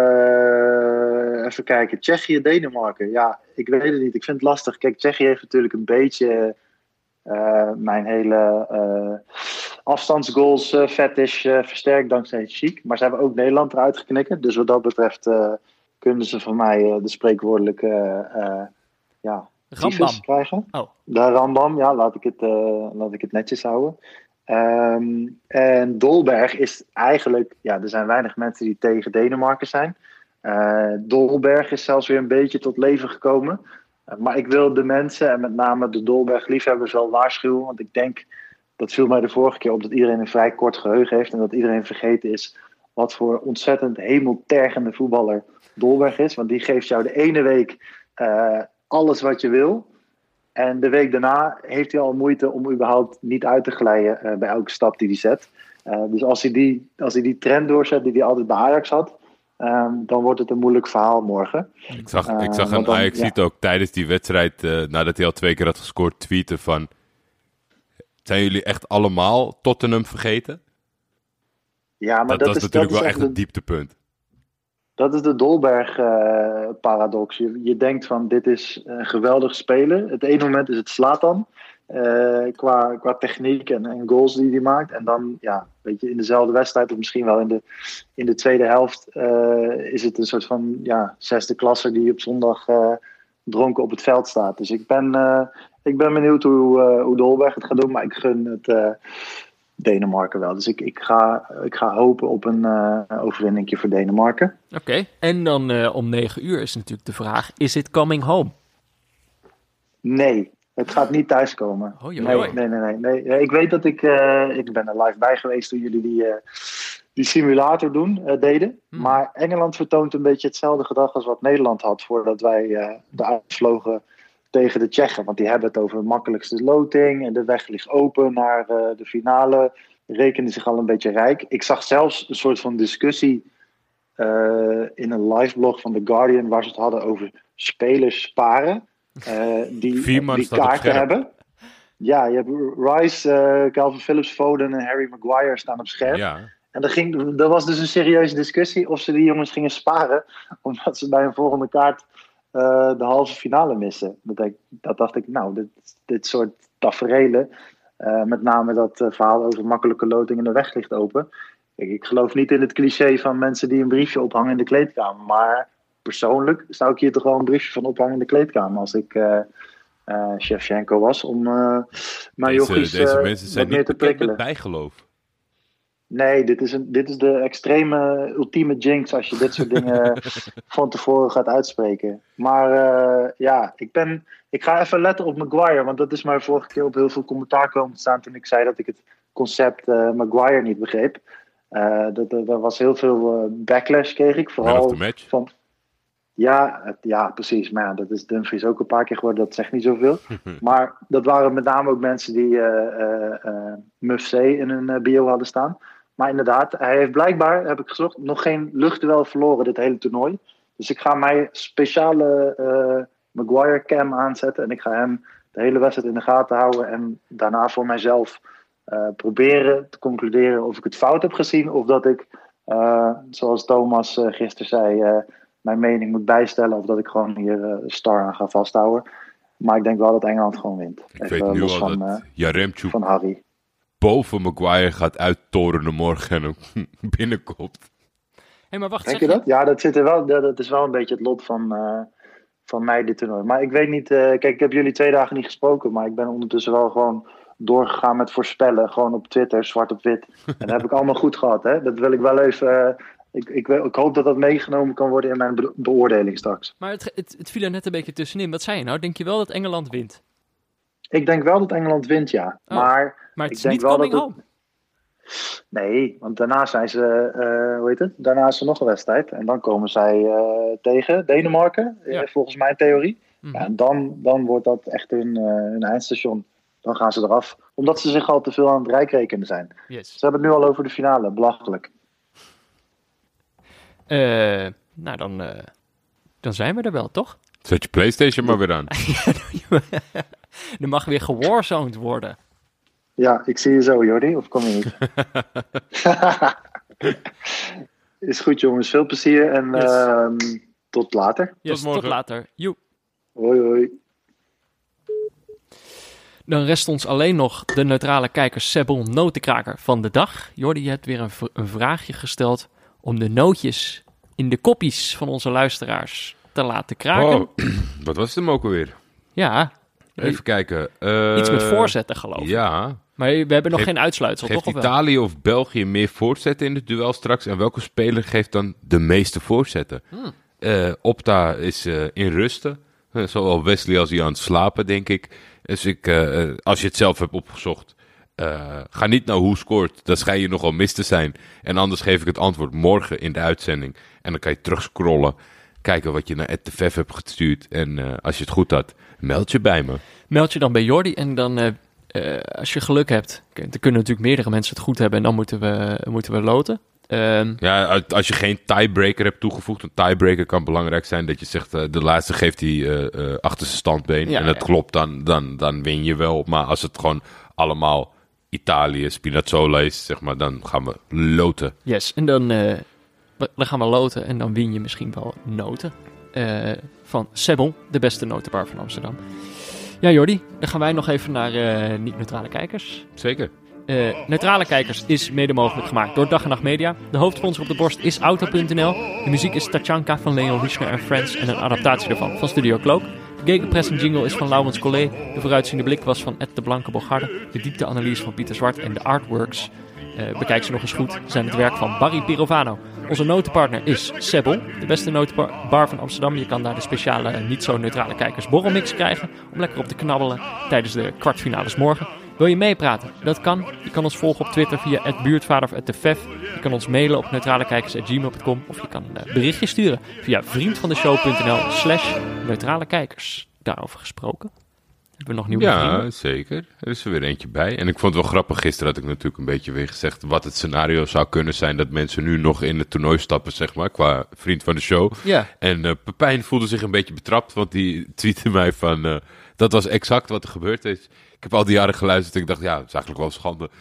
uh, even kijken. Tsjechië, Denemarken. Ja, ik weet het niet. Ik vind het lastig. Kijk, Tsjechië heeft natuurlijk een beetje uh, mijn hele uh, afstandsgoals uh, fetish uh, versterkt dankzij Chic. Maar ze hebben ook Nederland eruit geknikken. Dus wat dat betreft uh, kunnen ze van mij uh, de spreekwoordelijke uh, uh, ja, Rambam krijgen. Oh. De Rambam, ja, laat ik het, uh, laat ik het netjes houden. Um, en Dolberg is eigenlijk, ja, er zijn weinig mensen die tegen Denemarken zijn. Uh, Dolberg is zelfs weer een beetje tot leven gekomen. Uh, maar ik wil de mensen en met name de Dolberg-liefhebbers wel waarschuwen. Want ik denk, dat viel mij de vorige keer op, dat iedereen een vrij kort geheugen heeft. En dat iedereen vergeten is wat voor ontzettend hemeltergende voetballer Dolberg is. Want die geeft jou de ene week uh, alles wat je wil. En de week daarna heeft hij al moeite om überhaupt niet uit te glijden uh, bij elke stap die hij zet. Uh, dus als hij, die, als hij die trend doorzet die hij altijd bij Ajax had, um, dan wordt het een moeilijk verhaal morgen. Ik zag, uh, ik zag een Ajaxiet ja. ook tijdens die wedstrijd, uh, nadat hij al twee keer had gescoord, tweeten van, zijn jullie echt allemaal Tottenham vergeten? Ja, maar dat, dat, dat is is natuurlijk dat wel is echt een dieptepunt. Dat is de Dolberg-paradox. Uh, je, je denkt van, dit is een geweldig speler. Het ene moment is het Zlatan. Uh, qua, qua techniek en, en goals die hij maakt. En dan, ja, weet je, in dezelfde wedstrijd, of misschien wel in de, in de tweede helft, uh, is het een soort van, ja, zesde klasse die op zondag uh, dronken op het veld staat. Dus ik ben, uh, ik ben benieuwd hoe, uh, hoe Dolberg het gaat doen, maar ik gun het uh, Denemarken wel. Dus ik, ik, ga, ik ga hopen op een uh, overwinningje voor Denemarken. Oké, okay. En dan uh, om negen uur is natuurlijk de vraag, is it coming home? Nee. Het gaat niet thuiskomen. Oh, nee, nee, nee, nee, nee. Ik weet dat ik... Uh, ik ben er live bij geweest toen jullie die, uh, die simulator doen, uh, deden. Hmm. Maar Engeland vertoont een beetje hetzelfde gedrag als wat Nederland had voordat wij uh, eruit vlogen tegen de Tsjechen. Want die hebben het over de makkelijkste loting en de weg ligt open naar uh, de finale. Rekenen zich al een beetje rijk. Ik zag zelfs een soort van discussie uh, in een live blog van The Guardian waar ze het hadden over spelers sparen. Uh, die, die kaarten hebben. Ja, je hebt Rice, uh, Calvin Phillips, Foden en Harry Maguire staan op scherm. Ja. En er, ging, er was dus een serieuze discussie of ze die jongens gingen sparen, omdat ze bij een volgende kaart uh, de halve finale missen. Dat, ik, dat dacht ik, nou, dit, dit soort taferelen, uh, met name dat uh, verhaal over makkelijke loting en de weg ligt open. Kijk, ik geloof niet in het cliché van mensen die een briefje ophangen in de kleedkamer, maar persoonlijk zou ik hier toch wel een briefje van ophangen in de kleedkamer als ik uh, uh, Shevchenko was, om uh, mijn deze, jochies uh, deze mensen zijn wat meer te prikkelen. Met bijgeloof. Nee, dit is, een, dit is de extreme, ultieme jinx als je dit soort dingen van tevoren gaat uitspreken. Maar uh, ja, ik, ben, ik ga even letten op Maguire, want dat is mij vorige keer op heel veel commentaar komen te staan toen ik zei dat ik het concept uh, Maguire niet begreep. Uh, dat, er was heel veel uh, backlash, kreeg ik. Vooral van... Ja, het, ja, precies. Maar ja, dat is Dumfries ook een paar keer geworden. Dat zegt niet zoveel. Maar dat waren met name ook mensen die uh, uh, uh, Muf C in hun uh, bio hadden staan. Maar inderdaad, hij heeft blijkbaar, heb ik gezocht, nog geen luchtduel verloren dit hele toernooi. Dus ik ga mijn speciale uh, Maguire cam aanzetten. En ik ga hem de hele wedstrijd in de gaten houden. En daarna voor mijzelf uh, proberen te concluderen of ik het fout heb gezien. Of dat ik, uh, zoals Thomas uh, gisteren zei... Uh, mijn mening moet bijstellen of dat ik gewoon hier uh, star aan ga vasthouden. Maar ik denk wel dat Engeland gewoon wint. Ik Even weet nu al van, dat uh, Yaremchuk van Harry boven Maguire gaat uittorenen morgen en ook binnenkomt. Hey, maar wacht, denk je dat? Ja, dat, zit er wel, dat is wel een beetje het lot van, uh, van mij dit toernooi. Maar ik weet niet, uh, kijk, ik heb jullie twee dagen niet gesproken, maar ik ben ondertussen wel gewoon doorgegaan met voorspellen. Gewoon op Twitter, zwart op wit. En dat heb ik allemaal goed gehad, hè. Dat wil ik wel even... Uh, ik, ik, ik hoop dat dat meegenomen kan worden in mijn be- beoordeling straks. Maar het, het, het viel er net een beetje tussenin. Wat zei je nou? Denk je wel dat Engeland wint? Ik denk wel dat Engeland wint, ja. Oh, Maar, Maar het ik is denk niet wel coming dat home. het... Nee, want daarna zijn ze, uh, hoe heet het? Daarna is er nog een wedstrijd. En dan komen zij uh, tegen Denemarken, Ja. uh, volgens mijn theorie. Mhm. Ja, en dan, dan wordt dat echt hun, uh, hun eindstation. Dan gaan ze eraf. Omdat ze zich al te veel aan het rijk rekenen zijn. Yes. Ze hebben het nu al over de finale. Belachelijk. Uh, nou, dan, uh, dan zijn we er wel, toch? Zet je PlayStation maar weer aan. Er mag weer gewarzoned worden. Ja, ik zie je zo, Jordi. Of kom je niet? Is goed, jongens. Veel plezier en Yes. uh, tot later. Yes, Tot morgen. tot later. Joe. Hoi, hoi. Dan rest ons alleen nog de neutrale kijker Sebel notenkraker van de dag. Jordi, je hebt weer een, v- een vraagje gesteld om de nootjes in de koppies van onze luisteraars te laten kraken. Oh, wat was het hem ook alweer? Ja, Even kijken. Uh, iets met voorzetten geloof ik. Ja. Maar we hebben nog Geef- geen uitsluitsel, Geeft toch? Of wel? Italië of België meer voorzetten in het duel straks? En welke speler geeft dan de meeste voorzetten? Hmm. Uh, Opta is uh, in rusten. Uh, zowel Wesley als hij aan het slapen, denk ik. Dus ik, uh, uh, als je het zelf hebt opgezocht, uh, ga niet naar hoe scoort. Dan schijn je nogal mis te zijn. En anders geef ik het antwoord morgen in de uitzending. En dan kan je terugscrollen. Kijken wat je naar Ed de Vef hebt gestuurd. En uh, als je het goed had, meld je bij me. Meld je dan bij Jordi en dan, uh, uh, als je geluk hebt, dan kunnen natuurlijk meerdere mensen het goed hebben en dan moeten we, moeten we loten. Um, Ja, als je geen tiebreaker hebt toegevoegd, een tiebreaker kan belangrijk zijn dat je zegt, uh, de laatste geeft hij uh, uh, achter zijn standbeen. Ja, en dat ja. klopt, dan, dan, dan win je wel. Maar als het gewoon allemaal Italië, Spinazzola is, zeg maar, dan gaan we loten. yes, en dan, uh, dan gaan we loten en dan win je misschien wel noten. Uh, van Sebel, de beste notenbar van Amsterdam. Ja, Jordi, dan gaan wij nog even naar uh, niet-neutrale kijkers. Zeker. Uh, Neutrale Kijkers is mede mogelijk gemaakt door Dag en Nacht Media. De hoofdsponsor op de borst is Auto punt n l. De muziek is Tachanka van Leon Riesner en Friends en een adaptatie daarvan van Studio Cloak. De gegenpressing jingle is van Laurens Collet. De vooruitziende blik was van Ed de Blanke Bogarde. De diepteanalyse van Pieter Zwart en de artworks, uh, bekijk ze nog eens goed, zijn het werk van Barry Pirovano. Onze notenpartner is Sebel, de beste notenbar van Amsterdam. Je kan daar de speciale uh, niet zo neutrale kijkers borrelmix krijgen om lekker op te knabbelen tijdens de kwartfinales morgen. Wil je meepraten? Dat kan. Je kan ons volgen op Twitter via het buurtvader of het de vef. Je kan ons mailen op neutralekijkers apenstaartje gmail punt com of je kan een berichtje sturen via vriendvandeshow.nl slash neutrale kijkers. Daarover gesproken. Hebben we nog nieuwe Ja, vrienden? zeker. Er is er weer eentje bij. En ik vond het wel grappig. Gisteren had ik natuurlijk een beetje weer gezegd wat het scenario zou kunnen zijn dat mensen nu nog in het toernooi stappen, zeg maar, qua vriend van de show. Ja. En uh, Pepijn voelde zich een beetje betrapt, want die tweette mij van, uh, dat was exact wat er gebeurd is. Ik heb al die jaren geluisterd en ik dacht, ja, dat is eigenlijk wel schande.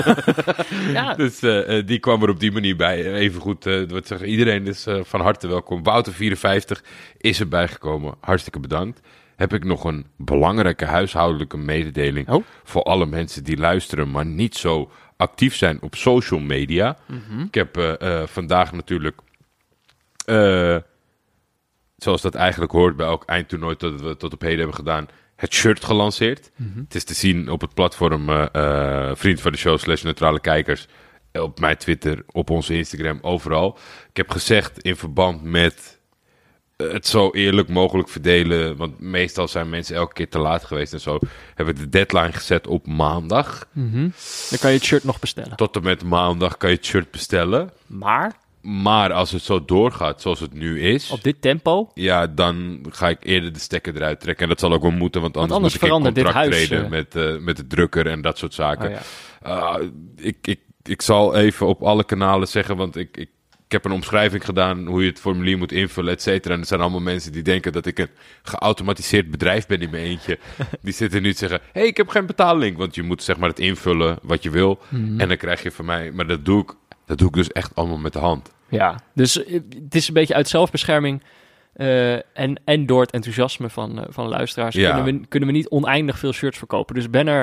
Ja. Dus uh, uh, die kwam er op die manier bij. Even goed, uh, wat zeggen, iedereen is uh, van harte welkom. Wouter vierenvijftig is erbij gekomen. Hartstikke bedankt. Heb ik nog een belangrijke huishoudelijke mededeling Oh. voor alle mensen die luisteren, maar niet zo actief zijn op social media. Mm-hmm. Ik heb uh, uh, vandaag natuurlijk, uh, zoals dat eigenlijk hoort bij elk eindtoernooi dat we tot op heden hebben gedaan, het shirt gelanceerd. Mm-hmm. Het is te zien op het platform uh, uh, Vriend van de Show slash Neutrale Kijkers. Op mijn Twitter, op onze Instagram, overal. Ik heb gezegd in verband met het zo eerlijk mogelijk verdelen. Want meestal zijn mensen elke keer te laat geweest en zo. Hebben we de deadline gezet op maandag. Mm-hmm. Dan kan je het shirt nog bestellen. Tot en met maandag kan je het shirt bestellen. Maar Maar als het zo doorgaat zoals het nu is, op dit tempo, ja, dan ga ik eerder de stekker eruit trekken. En dat zal ook wel moeten, want anders, anders moet ik in verandert dit contract huis, treden uh... met, uh, met de drukker en dat soort zaken. oh ja. Uh, ik, ik, ik zal even op alle kanalen zeggen, want ik, ik, ik heb een omschrijving gedaan hoe je het formulier moet invullen, et cetera. En er zijn allemaal mensen die denken dat ik een geautomatiseerd bedrijf ben in mijn eentje. Die zitten nu te zeggen, hé, hey, ik heb geen betaallink. Want je moet zeg maar het invullen wat je wil. Mm-hmm. En dan krijg je van mij, maar dat doe ik, dat doe ik dus echt allemaal met de hand. Ja, dus uh, het is een beetje uit zelfbescherming uh, en, en door het enthousiasme van, uh, van luisteraars Ja. kunnen, we, kunnen we niet oneindig veel shirts verkopen. Dus ben er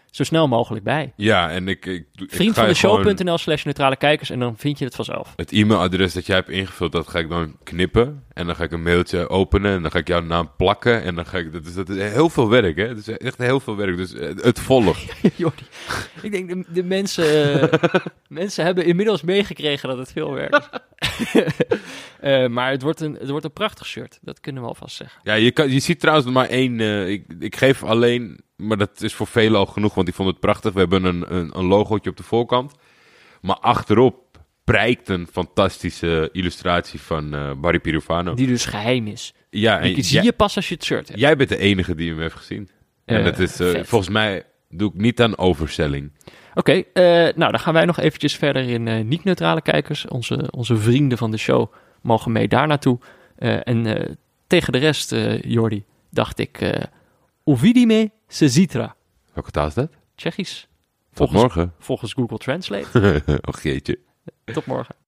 zo snel mogelijk bij. Ja, en ik... ik, ik Vriend ga van de je gewoon- show.nl slash neutrale kijkers en dan vind je het vanzelf. Het e-mailadres dat jij hebt ingevuld, dat ga ik dan knippen. En dan ga ik een mailtje openen en dan ga ik jouw naam plakken. En dan ga ik... Dat is, dat is heel veel werk, hè? Het is echt heel veel werk. Dus eh, het volgt. Jordi, ik denk de, de mensen, uh, mensen hebben inmiddels meegekregen dat het veel werk is. uh, maar het wordt, een, het wordt een prachtig shirt, dat kunnen we alvast zeggen. Ja, je, kan, je ziet trouwens maar één... eh, ik, ik geef alleen... Maar dat is voor velen al genoeg, want die vonden het prachtig. We hebben een, een, een logootje op de voorkant. Maar achterop prijkt een fantastische illustratie van uh, Barry Pirufano. Die dus geheim is. Ja, en Die zie jij- je pas als je het shirt hebt. Jij bent de enige die hem heeft gezien. En Eh, dat is, uh, vet. volgens mij doe ik niet aan overselling. Oké, okay, uh, nou dan gaan wij nog eventjes verder in uh, niet-neutrale kijkers. Onze, onze vrienden van de show mogen mee daar naartoe. Uh, en uh, tegen de rest, uh, Jordi, dacht ik... Uh, Uvidime se zítra. Welke taal is dat? Tsjechisch. Tot Volgens, morgen. volgens Google Translate. Och jeetje. Tot morgen.